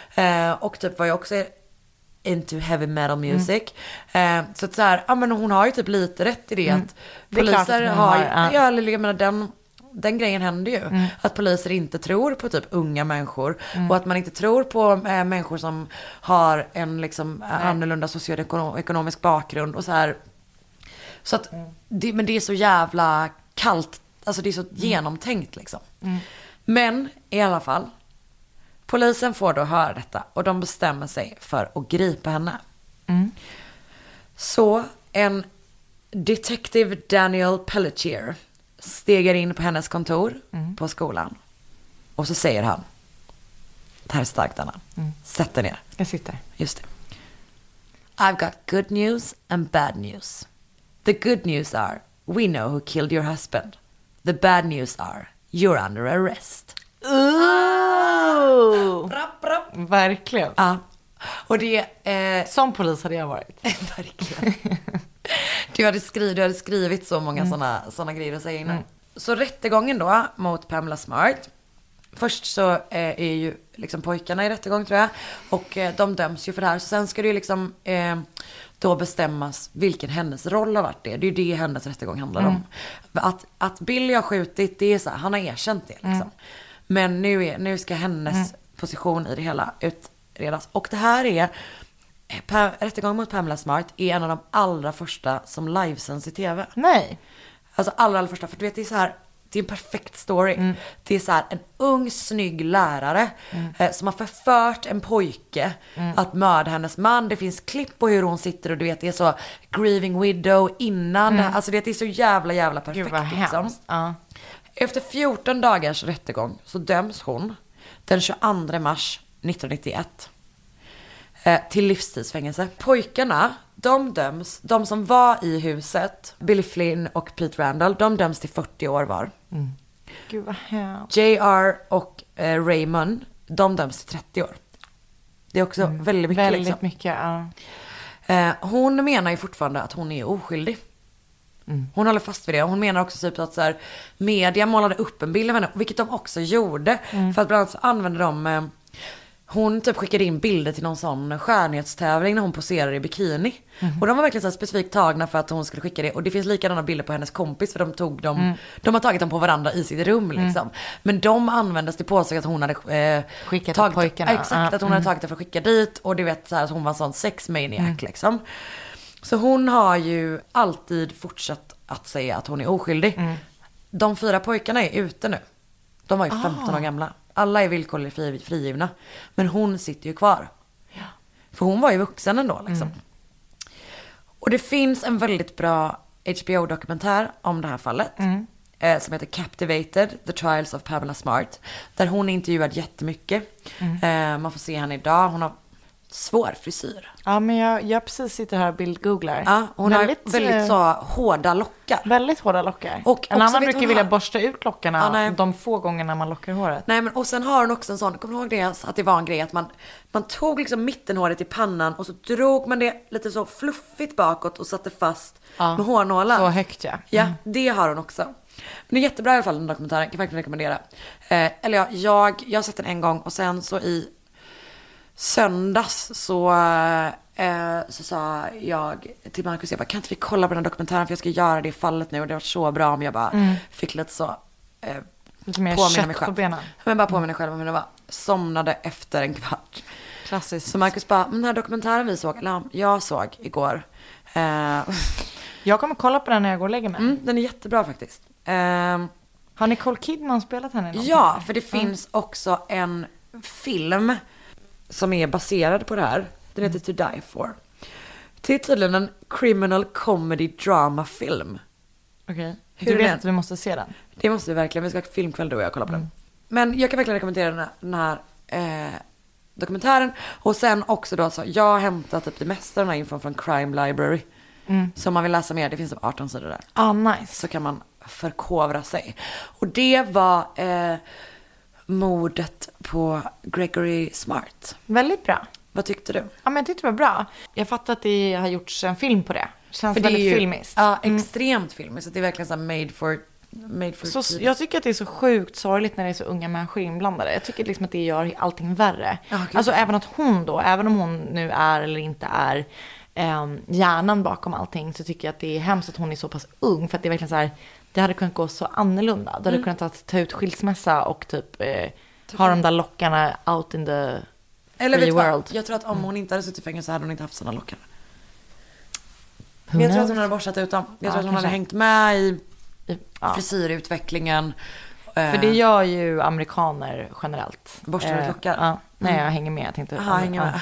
Och typ var jag också into heavy metal music. Så att så här, ja men hon har ju typ lite rätt i det att poliser jag menar den grejen händer ju. Att poliser inte tror på typ unga människor. Och att man inte tror på människor som har en liksom annorlunda socioekonomisk bakgrund och så här. Så att men det är så jävla kallt. Alltså det är så genomtänkt liksom. Men i alla fall. Polisen får då höra detta och de bestämmer sig för att gripa henne. Så en detective Daniel Pelletier stegar in på hennes kontor på skolan. Och så säger han, det här är starkt Anna, sätt dig ner. Jag sitter. Just det. I've got good news and bad news. The good news are, we know who killed your husband. The bad news are, you're under arrest. Verkligen. Ja. Och det som polis hade jag varit. Verkligen. Du hade skrivit så många såna grejer att säga innan. Så rättegången då mot Pamela Smart. Först så är ju liksom pojkarna i rättegång tror jag. Och de döms ju för det här. Så sen ska det ju liksom då bestämmas vilken hennes roll har varit det. Det är ju det hennes rättegång handlar om. Att Billy har skjutit, det är så här, han har erkänt det liksom. Men nu ska hennes position i det hela utredas. Och det här är rättegången mot Pamela Smart är en av de allra första som livesänds i tv. Nej. Alltså allra första, för du vet det är så här, det är en perfekt story. Det är så här en ung snygg lärare som har förfört en pojke att mörda hennes man. Det finns klipp på hur hon sitter och du vet det är så grieving widow innan. Alltså det är så jävla perfekt. Gud, vad liksom. Efter 14 dagars rättegång så döms hon den 22 mars 1991. till livstidsfängelse. Pojkarna, de som var i huset, Billy Flynn och Pete Randall, de döms till 40 år var. Gud vad hemskt. JR och Raymond, de döms till 30 år. Det är också väldigt mycket. Väldigt liksom. mycket, ja. Hon menar ju fortfarande att hon är oskyldig. Hon håller fast vid det. Hon menar också typ att så här, media målade upp en bild av henne, vilket de också gjorde. För att bland annat så använde de... hon typ skickade in bilder till någon sån skönhetstävling när hon poserar i bikini. Och de var verkligen så här specifikt tagna för att hon skulle skicka det. Och det finns likadana bilder på hennes kompis, för de tog dem, de har tagit dem på varandra i sitt rum liksom. Men de användes till påstående att hon hade Skickat tagit, till pojkarna. exakt, att hon hade tagit det för att skicka dit. Och du vet så här, att hon var en sån sexmaniac liksom. Så hon har ju alltid fortsatt att säga att hon är oskyldig. De 4 pojkarna är ute nu. De var ju 15 år gamla. Alla är villkorligt frigivna. Men hon sitter ju kvar. Ja. För hon var ju vuxen ändå liksom. Och det finns en väldigt bra HBO-dokumentär om det här fallet. Som heter Captivated, The Trials of Pamela Smart. Där hon är intervjuad jättemycket. Man får se henne idag. Hon har svår frisyr. Ja, men jag precis sitter här och bildgooglar. Ja, hon har väldigt så hårda lockar. Väldigt hårda lockar. Och en också annan vet brukar vilja borsta ut lockarna de få gångerna man lockar håret. Nej, men och sen har hon också en sån, kommer du ihåg det, att det var en grej att man tog liksom mittenhåret i pannan och så drog man det lite så fluffigt bakåt och satte fast med hårnålar. Så högt, ja. Ja, det har hon också. Men det är jättebra i alla fall, den dokumentären, kan jag verkligen rekommendera. Eller ja, jag har sett den en gång och sen så i söndags så sa jag till Marcus, jag bara, kan inte vi kolla på den här dokumentären, för jag ska göra det i fallet nu, och det var så bra om jag bara fick lite så lite mer påminna mig kött själv. på benen. Men bara påminna mig själv om hur det var. Somnade efter en kvart. Klassiskt. Så Marcus bara, men den här dokumentären vi såg, eller jag såg igår. Jag kommer kolla på den när jag går och lägger mig. Den är jättebra faktiskt. Har Nicole Kidman spelat henne någonting? Ja, för det finns också en film som är baserad på det här. Den heter To Die For. Det är tydligen en criminal comedy drama film. Okej. Hur Du är vet den? att vi måste se den. Det måste vi verkligen. Vi ska ha filmkväll då och jag kollar på den. Men jag kan verkligen rekommendera den här dokumentären. Och sen också då så, jag har hämtat typ det mesta av den här infon från Crime Library. Så om man vill läsa mer, det finns typ 18 sidor där. Nice. Så kan man förkovra sig. Och det var mordet på Gregory Smart. Väldigt bra. Vad tyckte du? Ja, men jag tyckte det var bra. Jag fattar att det har gjorts en film på det. Känns För det är väldigt ju, filmiskt. Ja, extremt filmiskt. Så det är verkligen så här made for Så jag tycker att det är så sjukt sorgligt när det är så unga människor inblandade. Jag tycker liksom att det gör allting värre. Alltså även att hon då, även om hon nu är eller inte är hjärnan bakom allting, så tycker jag att det är hemskt att hon är så pass ung. För att det är verkligen så här, det hade kunnat gå så annorlunda. Det hade kunnat ta ut skilsmässa och typ ha de där lockarna out in the free world. Jag tror att om hon inte hade suttit i fängelse så hade hon inte haft såna lockar. Men jag tror att hon hade borstat ut dem. Jag tror att hon hade hängt med i frisyrutvecklingen. För det gör ju amerikaner generellt. Borstar ut lockar? Nej, jag hänger med. Jag tänkte, hänger med.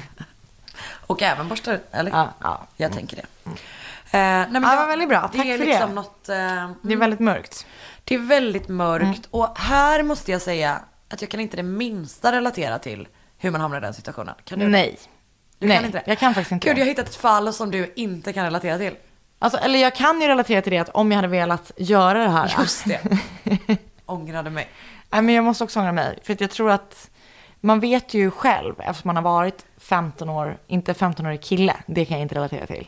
Och även borstar, eller? Ja. Jag tänker det. Nej, men det var väldigt bra. Tack det är för liksom det. Något, det är väldigt mörkt. Det är väldigt mörkt. Och här måste jag säga att jag kan inte det minsta relatera till hur man hamnar i den situationen. Kan du? Nej. Du kan inte det? Jag kan faktiskt inte. Gud, jag har hittat ett fall som du inte kan relatera till. Alltså, eller jag kan ju relatera till det, att om jag hade velat göra det här. Just det. Ångrade mig. Nej, men jag måste också ångra mig. För att jag tror att man vet ju själv, eftersom man har varit 15 år, inte 15-årig kille, det kan jag inte relatera till.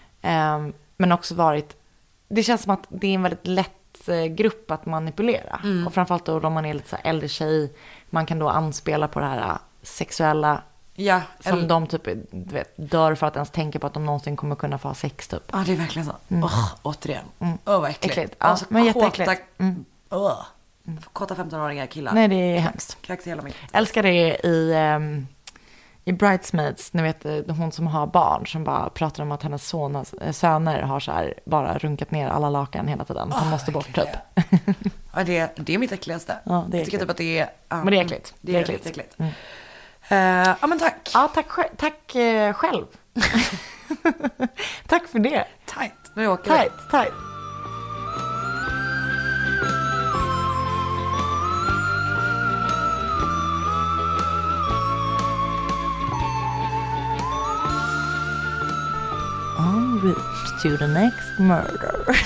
Men också varit, det känns som att det är en väldigt lätt grupp att manipulera. Och framförallt då om man är lite så här äldre tjej, man kan då anspela på det här sexuella. Ja, som de typ, du vet, dör för att ens tänka på att de någonsin kommer kunna få ha sex typ. Ja, det är verkligen så. Återigen. Vad äckligt. Ja, alltså, men jätteäckligt. Kåta 15-åriga killar. Nej, det är hemskt. Kräks hela mig. Älskar det i Bridesmaids, ni vet hon som har barn som bara pratar om att hennes söner har så här bara runkat ner alla lakan hela tiden. Han måste bort typ. Ja, det är mitt äckligaste. Ja, det är jag tycker typ att det är... men det är äckligt. Det är äckligt. Ja, men tack. Ja, tack själv. Tack för det. Tight. Nu åker vi. Tight. to the next murder.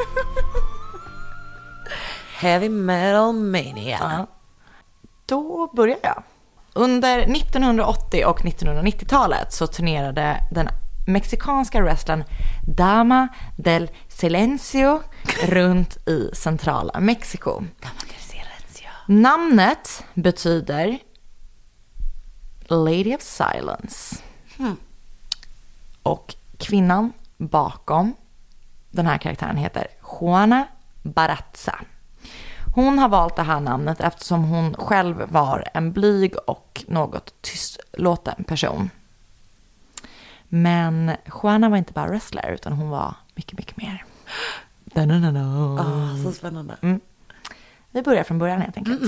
Heavy metal mania. Ja. Då börjar jag. Under 1980 och 1990-talet så turnerade den mexikanska wrestlern Dama del Silencio runt i centrala Mexiko. Dama del Silencio. Namnet betyder Lady of Silence. Och kvinnan bakom den här karaktären heter Juana Barraza. Hon har valt det här namnet eftersom hon själv var en blyg och något tystlåten person. Men Juana var inte bara wrestler utan hon var mycket, mycket mer. Så spännande. Vi börjar från början helt enkelt.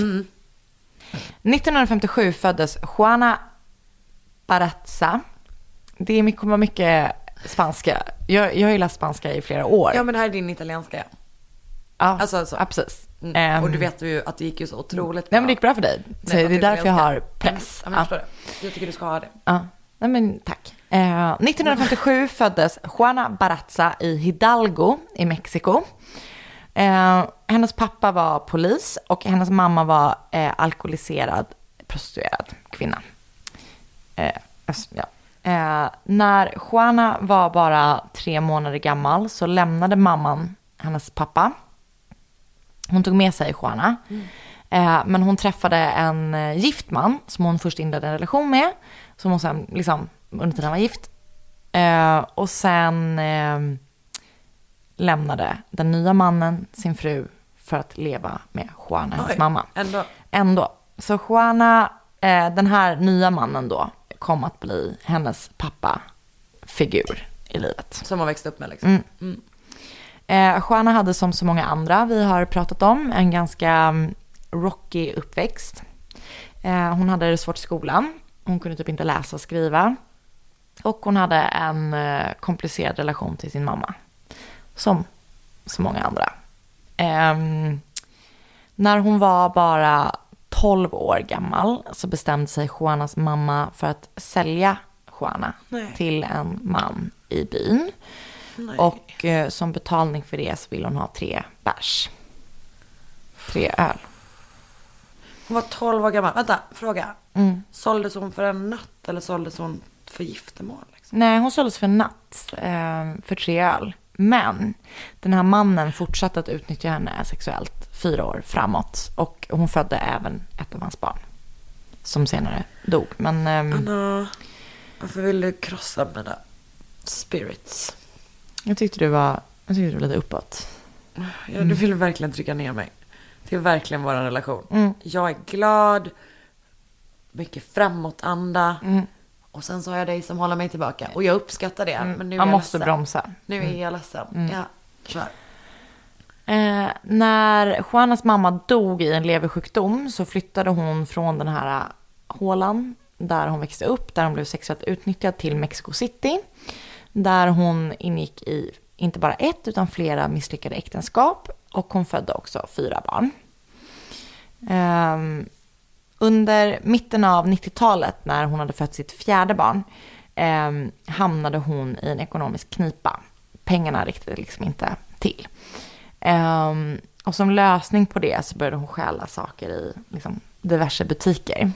1957 föddes Juana Barraza. Det kommer mycket spanska. Jag har ju läst spanska i flera år. Ja, men det här är din italienska. Ja, Alltså, så. ja, precis. Och du vet ju att det gick ju så otroligt bra. Nej, men det gick bra för dig. Så Nej, det är därför jag har press. Ja, men jag förstår det. Jag tycker du ska ha det. Ja, nej men tack. 1957 föddes Juana Barraza i Hidalgo i Mexiko. Hennes pappa var polis och hennes mamma var alkoholiserad, prostituerad kvinna. När Juana var bara 3 månader gammal så lämnade mamman hennes pappa. Hon tog med sig Juana. Men hon träffade en gift man som hon först inledde en relation med. Som hon sen liksom under tiden var gift. Och sen lämnade den nya mannen sin fru för att leva med Juana, hennes mamma. Ändå. Så Juana, den här nya mannen då, kom att bli hennes pappa-figur i livet. Som hon växte upp med liksom. Juana hade som så många andra vi har pratat om en ganska rocky uppväxt. Hon hade det svårt i skolan. Hon kunde typ inte läsa och skriva. Och hon hade en komplicerad relation till sin mamma. Som så många andra. När hon var bara 12 år gammal så bestämde sig Juanas mamma för att sälja Juana till en man i byn. Och som betalning för det så vill hon ha 3 bärs. 3 öl. Hon var 12 år gammal. Vänta, fråga. Såldes hon för en natt eller såldes hon för giftermål? Liksom? Nej, hon såldes för en natt för 3 öl. Men den här mannen fortsatte att utnyttja henne sexuellt 4 år framåt. Och hon födde även ett av hans barn. Som senare dog. Men, Anna, varför vill du krossa mina spirits? Jag tyckte du var lite uppåt. Ja, du vill verkligen trycka ner mig. Det är verkligen vår relation. Jag är glad. Mycket framåtanda. Och sen så har jag dig som håller mig tillbaka. Och jag uppskattar det. Men nu är man jag måste ledsen. bromsa. Nu är jag ledsen. Ja, kör. När Juanas mamma dog i en leversjukdom så flyttade hon från den här hålan där hon växte upp. Där hon blev sexuellt utnyttjad till Mexico City. Där hon ingick i inte bara ett utan flera misslyckade äktenskap. Och hon födde också 4 barn. Under mitten av 90-talet när hon hade fött sitt 4:e barn hamnade hon i en ekonomisk knipa. Pengarna räckte liksom inte till. Och som lösning på det så började hon stjäla saker i liksom, diverse butiker.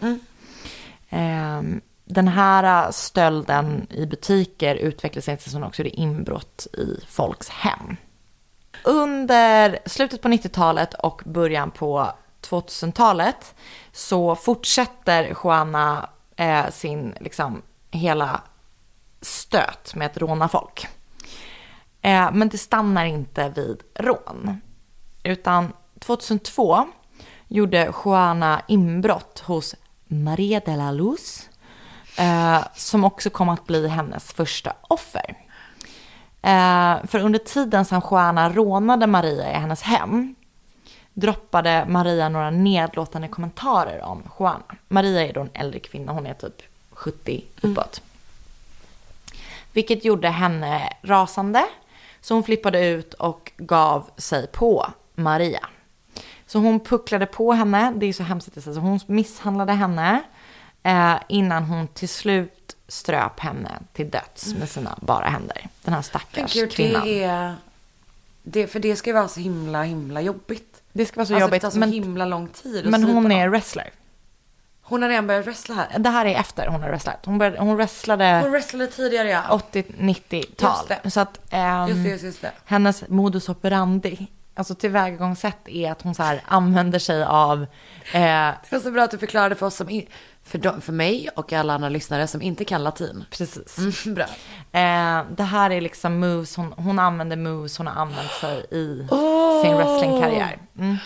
Den här stölden i butiker utvecklade sig till som också det inbrott i folks hem. Under slutet på 90-talet och början på 2000-talet så fortsätter Juana sin liksom hela stöt med att råna folk. Men det stannar inte vid rån. Utan 2002 gjorde Juana inbrott hos Maria de la Luz som också kom att bli hennes första offer. För under tiden som Juana rånade Maria i hennes hem droppade Maria några nedlåtande kommentarer om Juana. Maria är då en äldre kvinna, hon är typ 70 uppåt. Vilket gjorde henne rasande. Så hon flippade ut och gav sig på Maria. Så hon pucklade på henne, det är så hemskt att säga. Så hon misshandlade henne innan hon till slut ströp henne till döds med sina bara händer. Den här stackars Gud, kvinnan. För det ska ju vara så himla jobbigt. Det ska vara så alltså, jobbigt. Det tar så himla lång tid. Men hon är wrestler. Hon har redan börjat wrestla här. Det här är efter hon har wrestlat. Hon wrestlade tidigare, ja. 80-90-tal. Så att just det. hennes modus operandi, alltså tillvägagångssätt, är att hon så här använder sig av... Det var så bra att du förklarade för oss för mig och alla andra lyssnare som inte kan latin. Precis. Bra. Det här är liksom moves, hon använder moves hon har använt sig i sin wrestlingkarriär.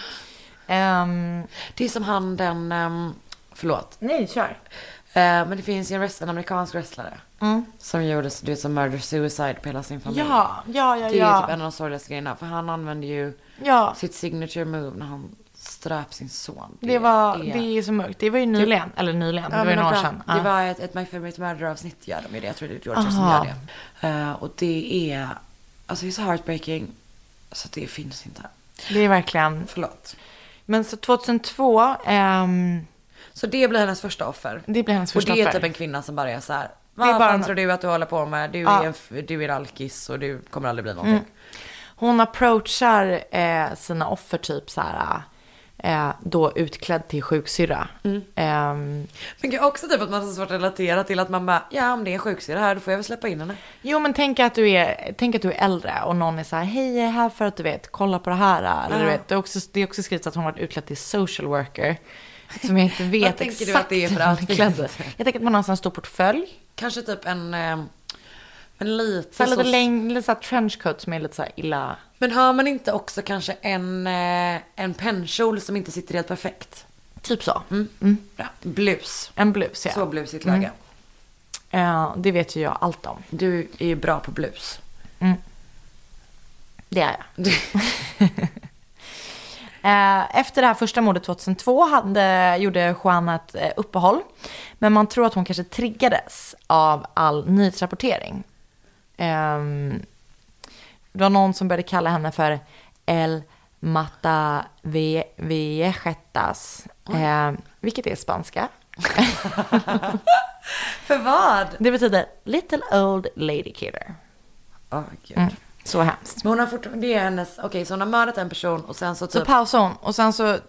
Det är som han förlåt. Nej, kör. Men det finns ju en amerikansk wrestlare som gjorde som murder suicide på hela sin familj. Ja. Det är typ en av de sorgligaste grejerna. För han använde ju sitt signature move när han ströp sin son. Det är så mörkt. Det var ju nyligen. Eller nyligen, det var ju några år sedan. Det var ett My Favorite Murder-avsnitt gör de ju det. Jag tror det är George som gör det. Och det är... Alltså det är så heartbreaking. Så det finns inte. Det är verkligen... Förlåt. Men så 2002... Så det blir hennes första offer. Det blir hennes första offer. Och det är offer. typ en kvinna som bara är så här: vad fan tror du att du håller på med? Du är en alkis och du kommer aldrig bli någonting. Hon approachar sina offer typ så här... då utklädd till sjuksyrra. Men det är också typ att man har så svårt att relatera till att man bara, ja om det är en sjuksyrra här, då får jag väl släppa in henne. Jo, men tänk att du är äldre och någon är så här: hej, jag är här för att du vet, kolla på det här. Eller du vet, det är också skrivit att hon varit utklädd till social worker. Som jag inte vet exakt. Du att det är för utklädd. Jag tänker att man har en stor portfölj. Kanske typ en lite så lite så här trenchcoat som är lite så här illa. Men har man inte också kanske en pennkjol som inte sitter helt perfekt? Typ så. Bra. Blus. En blus, ja. Så blusigt läge. Det vet ju jag allt om. Du är ju bra på blus. Det är jag. Efter det här första mordet 2002 gjorde Juana ett uppehåll. Men man tror att hon kanske triggades av all nyhetsrapportering. Det var någon som började kalla henne för El Mata Viejetas. Vilket är spanska. För vad? Det betyder Little Old Lady Killer. Gud. Så hemskt. Men hon har fortfarande, det är hennes, så hon har mördat en person och sen så typ... Så pausar hon och sen så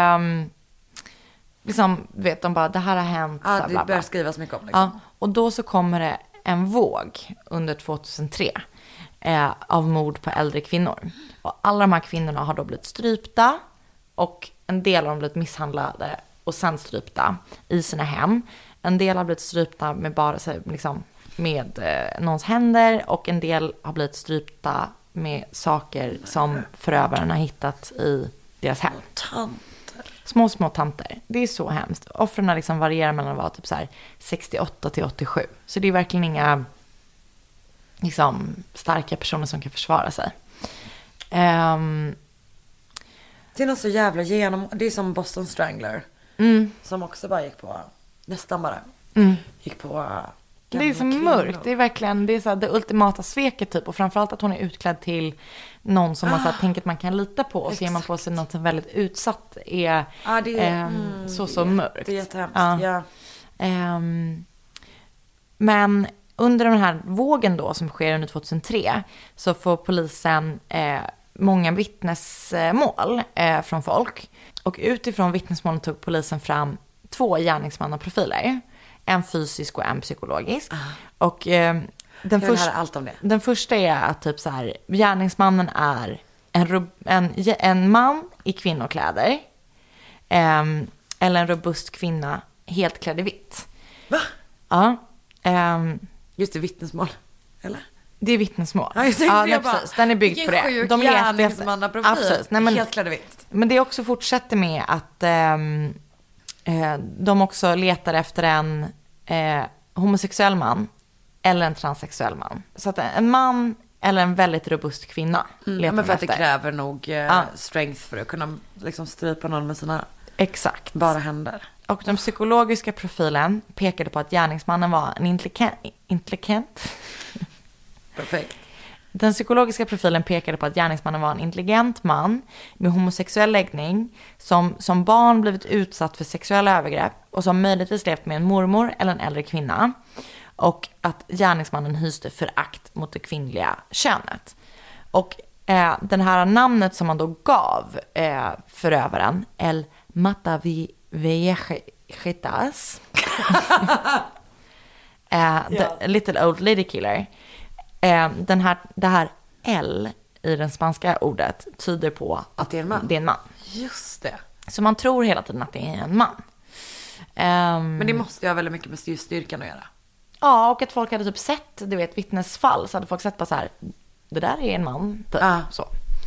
liksom vet de bara, det här har hänt. Ja, det börjar skrivas mycket om liksom. Ja, och då så kommer det en våg under 2003 av mord på äldre kvinnor. Och alla de här kvinnorna har då blivit strypta och en del har de blivit misshandlade och sen strypta i sina hem. En del har blivit strypta med bara liksom med någons händer och en del har blivit strypta med saker som förövaren har hittat i deras hem. Små tanter. Det är så hemskt. Offren liksom varierar mellan att vara typ så här 68 till 87. Så det är verkligen inga liksom starka personer som kan försvara sig. Det är något så jävla det är som Boston Strangler. Som också bara gick på, nästan bara gick på. Det är så mörkt. Det är verkligen, det är så här, det ultimata sveket typ. Och framförallt att hon är utklädd till någon som man så här, tänker att man kan lita på. Och ser man på sig något som väldigt utsatt är så mörkt. Det är jättehemskt, ja. Men under den här vågen då som sker under 2003 så får polisen många vittnesmål från folk. Och utifrån vittnesmålen tog polisen fram 2 gärningsmannaprofiler. En fysisk och en psykologisk. Och den första är att typ så här, gärningsmannen är en man i kvinnokläder. Eller en robust kvinna helt klädd i vitt. Va? Ja. Just det, vittnesmål. Eller? Det är vittnesmål. Ja, precis. Den är byggd på det. De letar helt klädd i vitt. Men det också fortsätter med att de också letar efter en homosexuell man eller en transsexuell man. Så att en man eller en väldigt robust kvinna letar men för att efter. det kräver nog strength för att kunna liksom strypa någon med sina bara händer. Och den psykologiska profilen pekade på att gärningsmannen var en intelligent. Perfekt. Den psykologiska profilen pekade på att gärningsmannen var en intelligent man med homosexuell läggning som barn blivit utsatt för sexuella övergrepp och som möjligtvis levt med en mormor eller en äldre kvinna. och att gärningsmannen hyste förakt mot det kvinnliga könet. Och den här namnet som man då gav förövaren, El Matavivejetas, the little old lady killer, det här L i det spanska ordet tyder på att det är en man. Det är en man. Just det. Så man tror hela tiden att det är en man. Men det måste ju ha väldigt mycket med styrkan att göra. Ja, och att folk hade typ sett, du vet, vittnesfall, så hade folk sett bara så här, det där är en man, typ. Så.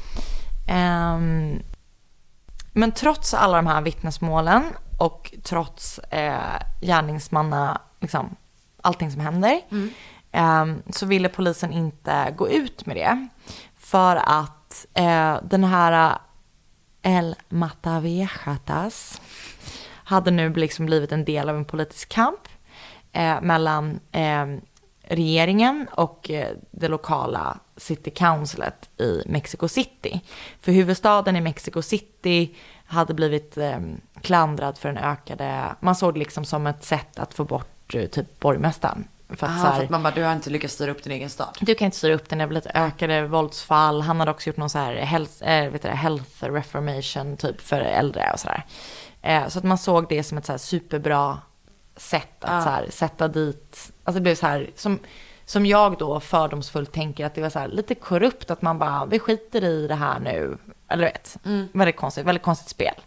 Men trots alla de här vittnesmålen och trots gärningsmanna, liksom, allting som händer, så ville polisen inte gå ut med det. För att den här El Matavivejetas hade nu liksom blivit en del av en politisk kamp mellan regeringen och det lokala city councilet i Mexico City. För huvudstaden i Mexico City hade blivit klandrad för den ökade... Man såg det liksom som ett sätt att få bort typ borgmästaren. För att, för att man bara, du har inte lyckats styra upp din egen stad. Du kan inte styra upp den, det blev lite ökade våldsfall. Han hade också gjort någon så här health reformation typ för äldre och sådär. Så att man såg det som ett så här superbra sätt att så här sätta dit. Alltså det blev så här som jag då fördomsfullt tänker att det var så här lite korrupt, att man bara, vi skiter i det här nu. Eller vet, väldigt konstigt spel.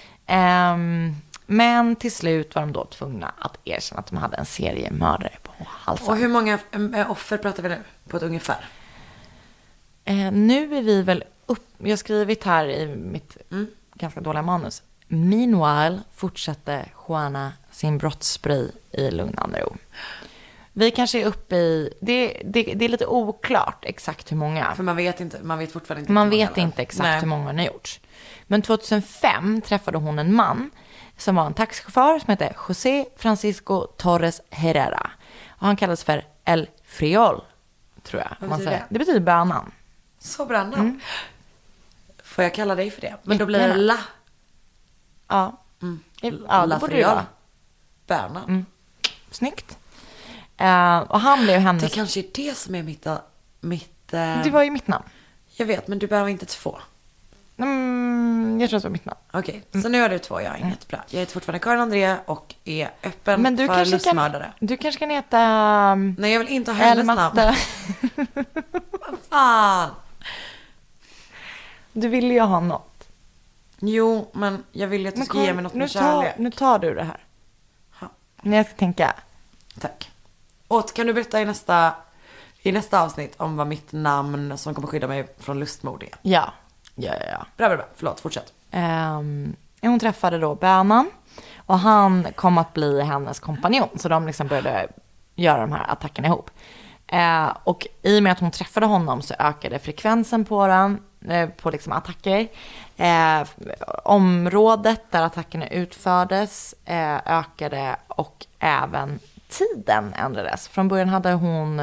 Men till slut var de då tvungna att erkänna att de hade en seriemördare på halsen. Och hur många offer pratar vi nu på ett ungefär? Nu är vi väl jag har skrivit här i mitt ganska dåliga manus. Meanwhile fortsatte Juana sin brottsspree i lugnande ro. Vi kanske är uppe i... Det är lite oklart exakt hur många. För man vet fortfarande inte. Man vet inte exakt hur många hon har gjort. Men 2005 träffade hon en man som var en taxichaufför som hette José Francisco Torres Herrera. Och han kallades för El Friol, tror jag. Vad betyder det? Det betyder bönan. Så bra namn. Får jag kalla dig för det? Men då blir det La. Ja. La Friol. Bönan. Snyggt. Och han blev hennes... Det kanske är det som är mitt... Det var ju mitt namn. Jag vet, men du behöver inte 2. Jag tror att det var mitt namn. Okej, så nu har du 2, jag har inget bra. Jag heter fortfarande Karin André och är öppen för lustmördare. Du kanske kan heta... Nej, jag vill inte ha hennes namn. Vad fan? Du ville ju ha något. Jo, men jag vill att du ska ge mig något med kärlek. Nu tar du det här. Ja. När jag ska tänka. Tack. Och kan du berätta i nästa avsnitt om vad mitt namn som kommer skydda mig från lustmord är? Ja. Bra. Förlåt, fortsätt. Hon träffade då bönan och han kom att bli hennes kompanjon. Så de liksom började göra de här attackerna ihop. Och i och med att hon träffade honom så ökade frekvensen på liksom attacker. Området där attackerna utfördes ökade och även tiden ändrades. Från början hade hon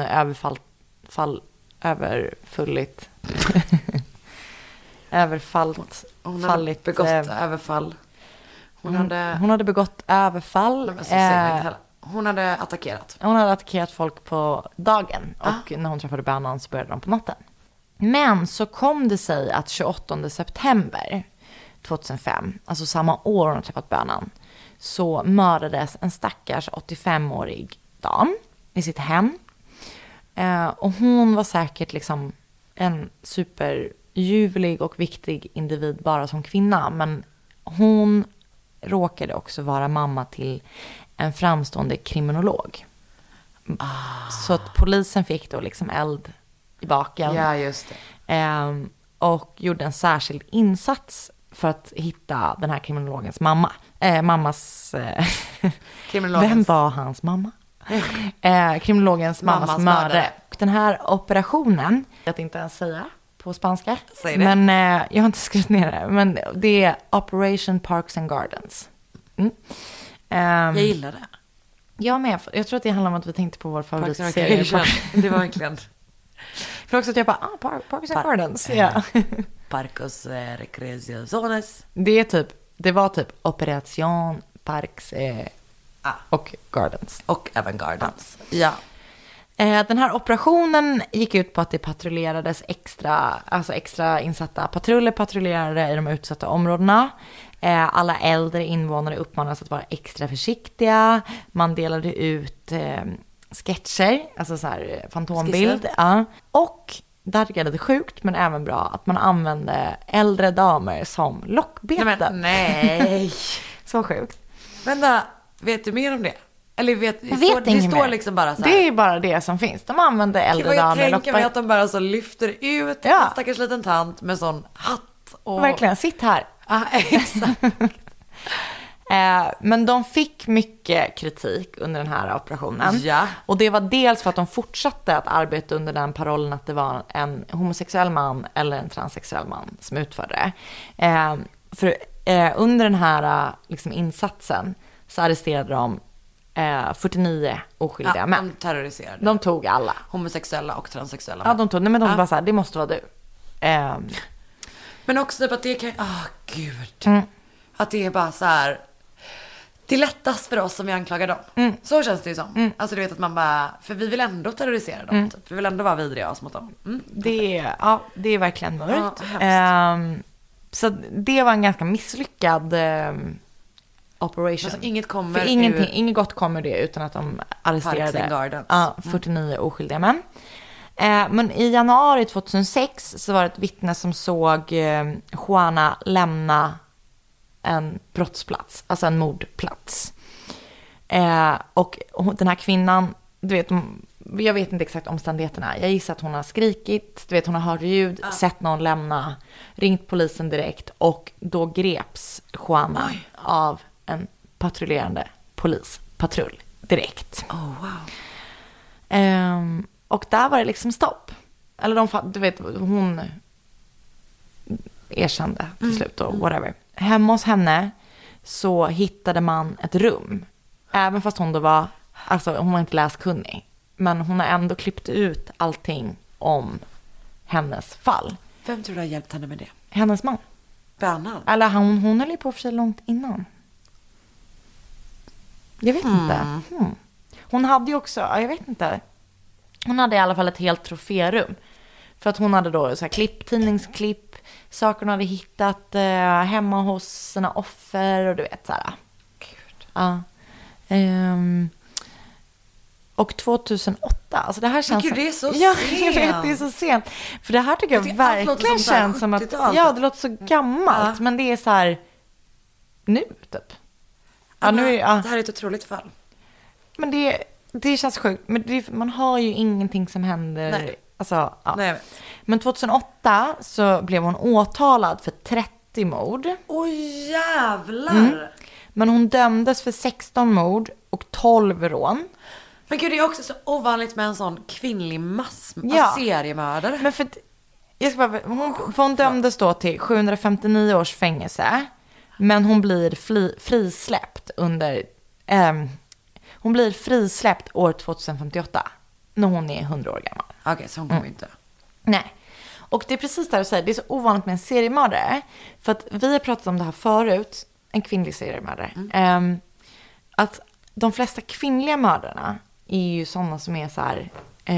överfallit. Hon hade begått överfall. Hon hade begått överfall. Hon hade attackerat. Hon hade attackerat folk på dagen. Och när hon träffade bönan så började de på natten. Men så kom det sig att 28 september 2005, alltså samma år hon har träffat bönan, så mördades en stackars 85-årig dam i sitt hem. Och hon var säkert liksom en superljuvlig och viktig individ bara som kvinna. Men hon råkade också vara mamma till en framstående kriminolog. Så att polisen fick då liksom eld i baken. Ja, just det. Och gjorde en särskild insats för att hitta den här kriminologens mamma. Vem var hans mamma? Kriminologens mammas mördare. Den här operationen, jag inte ens säga på spanska. Säg det. Men jag har inte skrivit ner det. Men det är Operation Parks and Gardens. Jag gillar det. Jag tror att det handlar om att vi tänkte på vår favoritserie. Det var verkligen... För också att jag bara, Parks and Gardens. Ja. Parcos Recreaciones. Det var typ Operation Parks och Gardens. Och även Gardens. Ja. Den här operationen gick ut på att det patrullerades extra insatta patruller patrullerade i de utsatta områdena. Alla äldre invånare uppmanades att vara extra försiktiga. Man delade ut sketcher, alltså så här fantombild. Ja. Och där tycker jag det är sjukt, men även bra att man använde äldre damer som lockbete. Nej. Så sjukt. Vänta, vet du mer om det? Eller det står liksom bara så här. Det är bara det som finns. De använder äldre damer. Jag tänker mig att de bara så lyfter ut en stackars liten tant med sån hatt. Och... Verkligen, sitt här. Ja, exakt. Men de fick mycket kritik under den här operationen. Ja. Och det var dels för att de fortsatte att arbeta under den parollen att det var en homosexuell man eller en transsexuell man som utförde det. Under den här liksom, insatsen så arresterade de 49 oskyldiga män. De terroriserade. De tog alla. Homosexuella och transsexuella män. Ja, de tog. Nej, men de bara så här, det måste vara du. Men också typ att det kan... gud. Att det är bara så här... Det är lättast för oss som vi anklagar dem. Så känns det ju som. Alltså du vet att man bara... För vi vill ändå terrorisera dem. Typ. Vi vill ändå vara vidriga oss mot dem. Det är verkligen mörkt. Så det var en ganska misslyckad operation. Alltså, inget gott kommer det utan att de arresterade 49 oskyldiga män. Men i januari 2006 så var det ett vittne som såg Juana lämna en brottsplats, alltså en mordplats. Och den här kvinnan, du vet, jag vet inte exakt omständigheterna. Jag gissar att hon har skrikit, du vet, hon har hört ljud, sett någon lämna, ringt polisen direkt och då greps Juana av en patrullerande polispatrull direkt. Och där var det liksom stopp. Eller du vet, hon erkände till slut och whatever. Hemma hos henne så hittade man ett rum. Även fast hon då var, alltså hon var inte läskunnig. Men hon har ändå klippt ut allting om hennes fall. Vem tror du har hjälpt henne med det? Hennes man. Bernhard? Eller hon höll ju på för sig långt innan. Jag vet inte. Hon hade ju också, jag vet inte. Hon hade i alla fall ett helt troférum. För att hon hade då så här tidningsklipp, saker hon hade hittat hemma hos sina offer och du vet så här. Gud. Ja. Och 2008, alltså det här känns men gud, det är så ja, sent. Jag vet, det är så sent. För det här tycker jag verkligen känns som att ja, det låter så gammalt, men det är så här nu typ. Ja, det här är ett otroligt fall. Men det känns sjukt, men man har ju ingenting som händer. Nej. Alltså, ja. Nej, jag vet. Men 2008 så blev hon åtalad för 30 mord. Jävlar! Men hon dömdes för 16 mord och 12 rån. Men gud, det är också så ovanligt med en sån kvinnlig seriemördare. Men hon dömdes då till 759 års fängelse. Men hon blir frisläppt hon blir frisläppt år 2058 när hon är 100 år gammal. Okej, så hon kommer inte. Nej. Och det är precis där du säger, det är så ovanligt med en seriemördare. För att vi har pratat om det här förut, en kvinnlig seriemördare. Att de flesta kvinnliga mördarna är ju sådana som är så här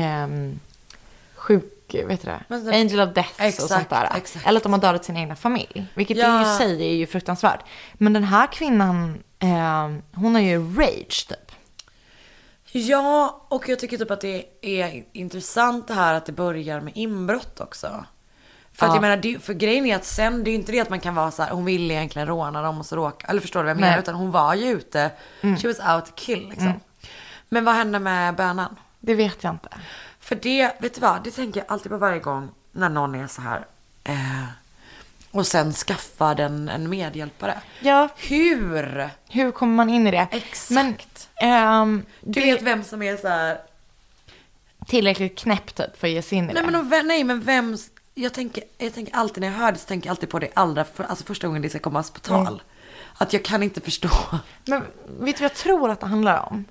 vet du det? Angel of Death och sånt där. Exakt. Eller att de har dödat sin egna familj. Vilket i sig är ju fruktansvärt. Men den här kvinnan, hon har ju rage typ. Ja, och jag tycker typ att det är intressant det här att det börjar med inbrott också. För att jag menar, för grejen är att sen, det är ju inte det att man kan vara så här, hon ville egentligen råna dem och så råka, eller förstår du vad jag menar? Utan hon var ju ute, she was out to kill liksom. Men vad hände med bönan? Det vet jag inte. För det, vet du vad, det tänker jag alltid på varje gång när någon är så här och sen skaffar den en medhjälpare. Ja. Hur kommer man in i det? Exakt. Men, du vet vem som är så här tillräckligt knäppt typ för att ge sig in i det. Nej, men vem... Jag tänker alltid när jag hör det så tänker jag alltid på det alltså första gången det ska komma på tal. Att jag kan inte förstå. Men vet du vad jag tror att det handlar om?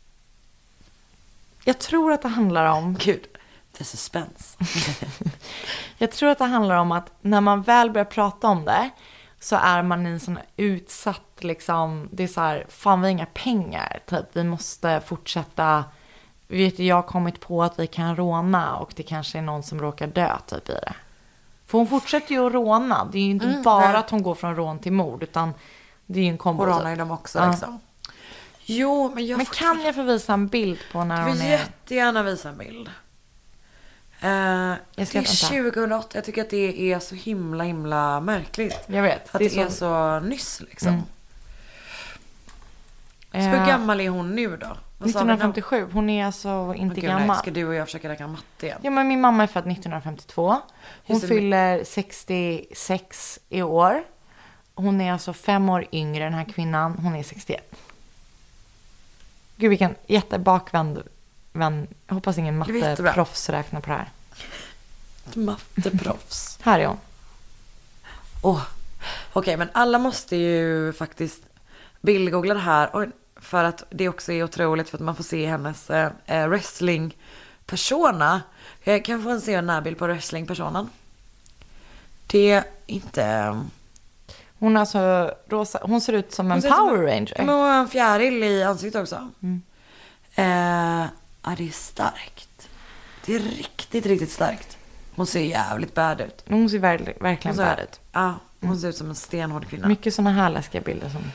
Jag tror att det handlar om... Gud, det är suspense. Jag tror att det handlar om att när man väl börjar prata om det, så är man i en sån utsatt liksom, det är så här, fan vi har inga pengar typ, vi måste fortsätta, vet jag har kommit på att vi kan råna och det kanske är någon som råkar dö typ i det. För hon fortsätter ju att råna, det är ju inte bara att hon går från rån till mord, utan det är ju en kombo. Hon rånar ju dem också liksom. Jo, men kan jag få visa en bild på när hon är... Jag vill jättegärna visa en bild. Det är 2008. Jag tycker att det är så himla märkligt. Jag vet. Att det är så nyss liksom. Så hur gammal är hon nu då? 1957. Hon är alltså inte gammal. Nej, ska du och jag försöka räkna matte igen? Ja, men min mamma är född 1952. Hon fyller 66 i år. Hon är alltså 5 år yngre, den här kvinnan. Hon är 61. Gud, vilken jättebakvänd vän. Jag hoppas ingen matteproffs räknar på det här. Matteproffs. Här är hon. Okej, men alla måste ju faktiskt bildgoogla det här. För att det också är otroligt, för att man får se hennes wrestling-persona. Jag kan få se en närbild på wrestling-personen. Det är inte... Hon är alltså rosa. Hon ser ut som en Power Ranger. Men hon har en fjäril i ansiktet också. Det är starkt. Det är riktigt starkt. Hon ser jävligt bad ut. Hon ser verkligen bad ut. Ja, hon ser ut som en stenhård kvinna. Mycket såna här läskiga bilder som...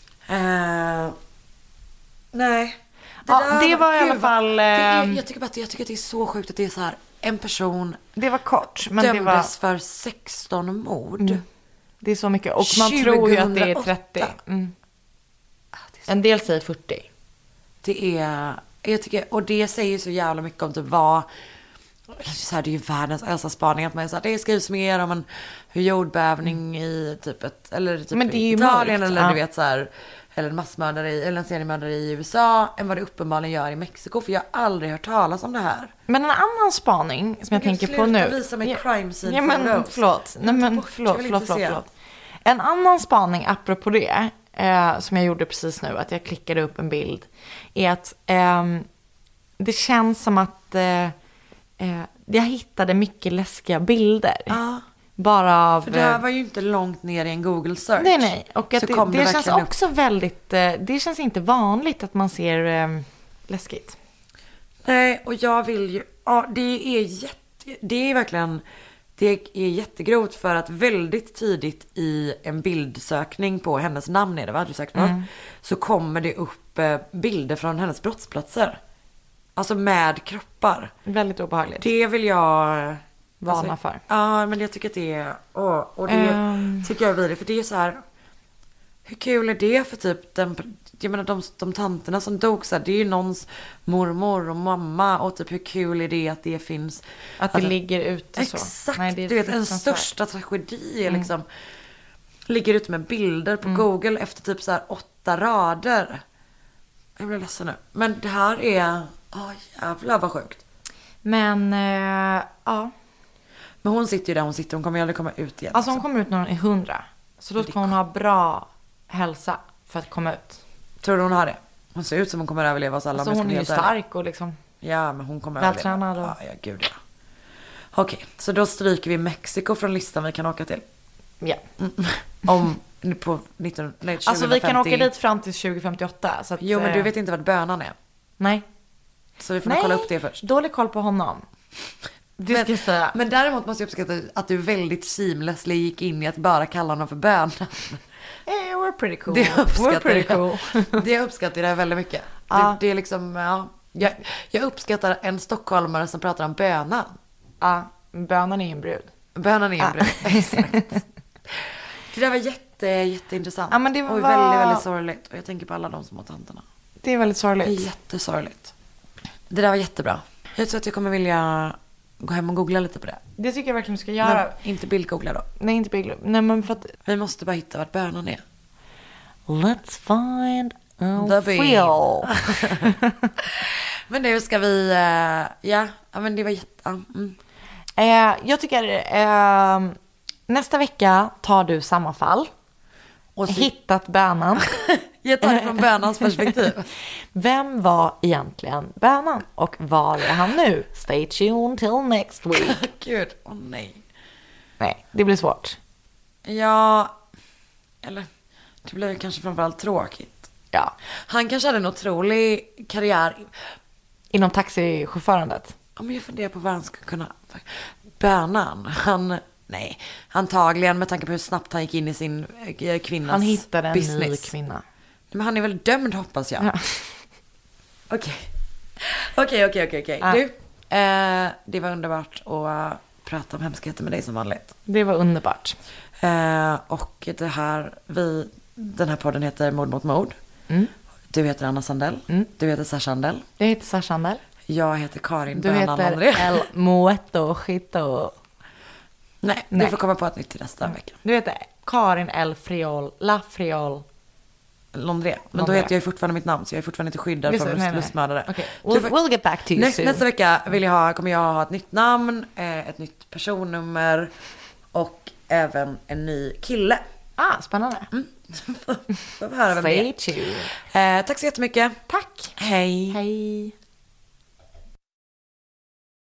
Nej. Det var i alla fall... Jag tycker att det är så sjukt att det är så här. En person... Det var kort. Men dömdes för 16 mord. Det är så mycket. Och man tror ju att det är 30. En del säger 40. Det är... Jag tycker... Och det säger så jävla mycket om typ vad... Så här, det är ju världens äldsta spaning att man är så här, det skrivs mer om en jordbävning i typ eller typ men det är i ju Italien mörkt, eller du vet så här, eller en massmördare eller en seriemördare i USA än vad det uppenbarligen gör i Mexiko, för jag har aldrig hört talas om det här. Men en annan spaning som jag tänker på nu. Visa mig crime scene. Ja, men förlåt. Nej, men förlåt. En annan spaning apropå det som jag gjorde precis nu, att jag klickade upp en bild, är att det känns som att jag hittade mycket läskiga bilder. Bara av... För det här var ju inte långt ner i en Google search. Nej. Och att det känns också väldigt... Det känns inte vanligt att man ser läskigt. Nej, och jag vill ju... Ja, det är verkligen... Det är jättegrovt, för att väldigt tidigt i en bildsökning på hennes namn är det, va? Du sökt på. Så kommer det upp bilder från hennes brottsplatser. Alltså med kroppar. Väldigt obehagligt. Det vill jag... varna för. Ja, men jag tycker att det är... och det tycker jag är vidare. För det är så här... Hur kul är det för typ... Jag menar de tanterna som dog så här, det är ju någons mormor och mamma. Och typ hur kul är det att det finns... Att det ligger ute så. Exakt. Nej, du vet, en största tragedi är liksom... Ligger ute med bilder på Google efter typ så här 8 rader. Jag blir ledsen nu. Men det här är... jävlar vad sjukt. Men, ja. Men hon sitter ju där hon sitter. Hon kommer ju aldrig komma ut igen. Alltså hon kommer ut när hon är 100. Så då ska hon ha bra hälsa för att komma ut. Tror du hon har det? Hon ser ut som hon kommer överleva oss alla. Alltså hon är ju stark och liksom... Ja, men hon kommer vältränad överleva. Ja, gud ja. Okej, så då stryker vi Mexiko från listan vi kan åka till. Ja. Om... På 2050. Alltså vi kan åka dit fram till 2058. Så att, jo, men du vet inte vad bönan är. Nej. Så vi får kolla upp det först. Dålig koll på honom. Det ska jag säga. Men däremot måste jag uppskatta att du väldigt seamlessly gick in i att bara kalla honom för bönan. We're pretty cool. Det uppskattar jag väldigt mycket. Det är liksom, jag uppskattar en stockholmare som pratar om bönan. Ja, bönan är en brud. Bönan är en brud, exakt. Det där var jätteintressant. Ja, men det var... Och väldigt sorgligt. Och jag tänker på alla de små tanterna. Det är väldigt sorgligt. Det är jättesorgligt. Det där var jättebra. Jag tror att jag kommer vilja gå hem och googla lite på det. Det tycker jag verkligen ska göra. Men inte bildgoogla då. Nej, inte bildgoogla. Nej, men för att... Vi måste bara hitta vart bönan är. Let's find a Phil. Men nu ska vi... ja, men det var jag tycker... nästa vecka tar du samma fall. Och hittat bönan. Jag tar det från bönans perspektiv. Vem var egentligen bönan? Och var är han nu? Stay tuned till next week. Gud, nej. Nej, det blir svårt. Ja, eller det blev kanske framförallt tråkigt. Ja. Han kanske hade en otrolig karriär. Inom taxichaufförandet. Ja, men jag funderar på vad han ska kunna... Bönan. Nej, antagligen med tanke på hur snabbt han gick in i sin kvinnas Han hittade en business. ny kvinna. Men han är väl dömd, hoppas jag. Ja. Okej. Ja. Du, det var underbart att prata om hemskheter med dig som vanligt. Det var underbart. Och den här podden heter Mord mot mord. Mm. Du heter Anna Sandell. Du heter Sasha Andell. Jag heter Sasha Andell. Jag heter Karin Du Bönan heter André. El Moeto Skito. Nej, du får komma på ett nytt till nästa vecka. Du heter Karin El Friol. La Friol. Londré. Men då heter jag ju fortfarande mitt namn, så jag är fortfarande inte skyddad från lustmördare. Okay. We'll get back to you soon. Nästa vecka kommer jag ha ett nytt namn, ett nytt personnummer och även en ny kille. Spännande. Får vi höra vem det är. Stay tuned. Tack så jättemycket. Tack. Hej. Hej.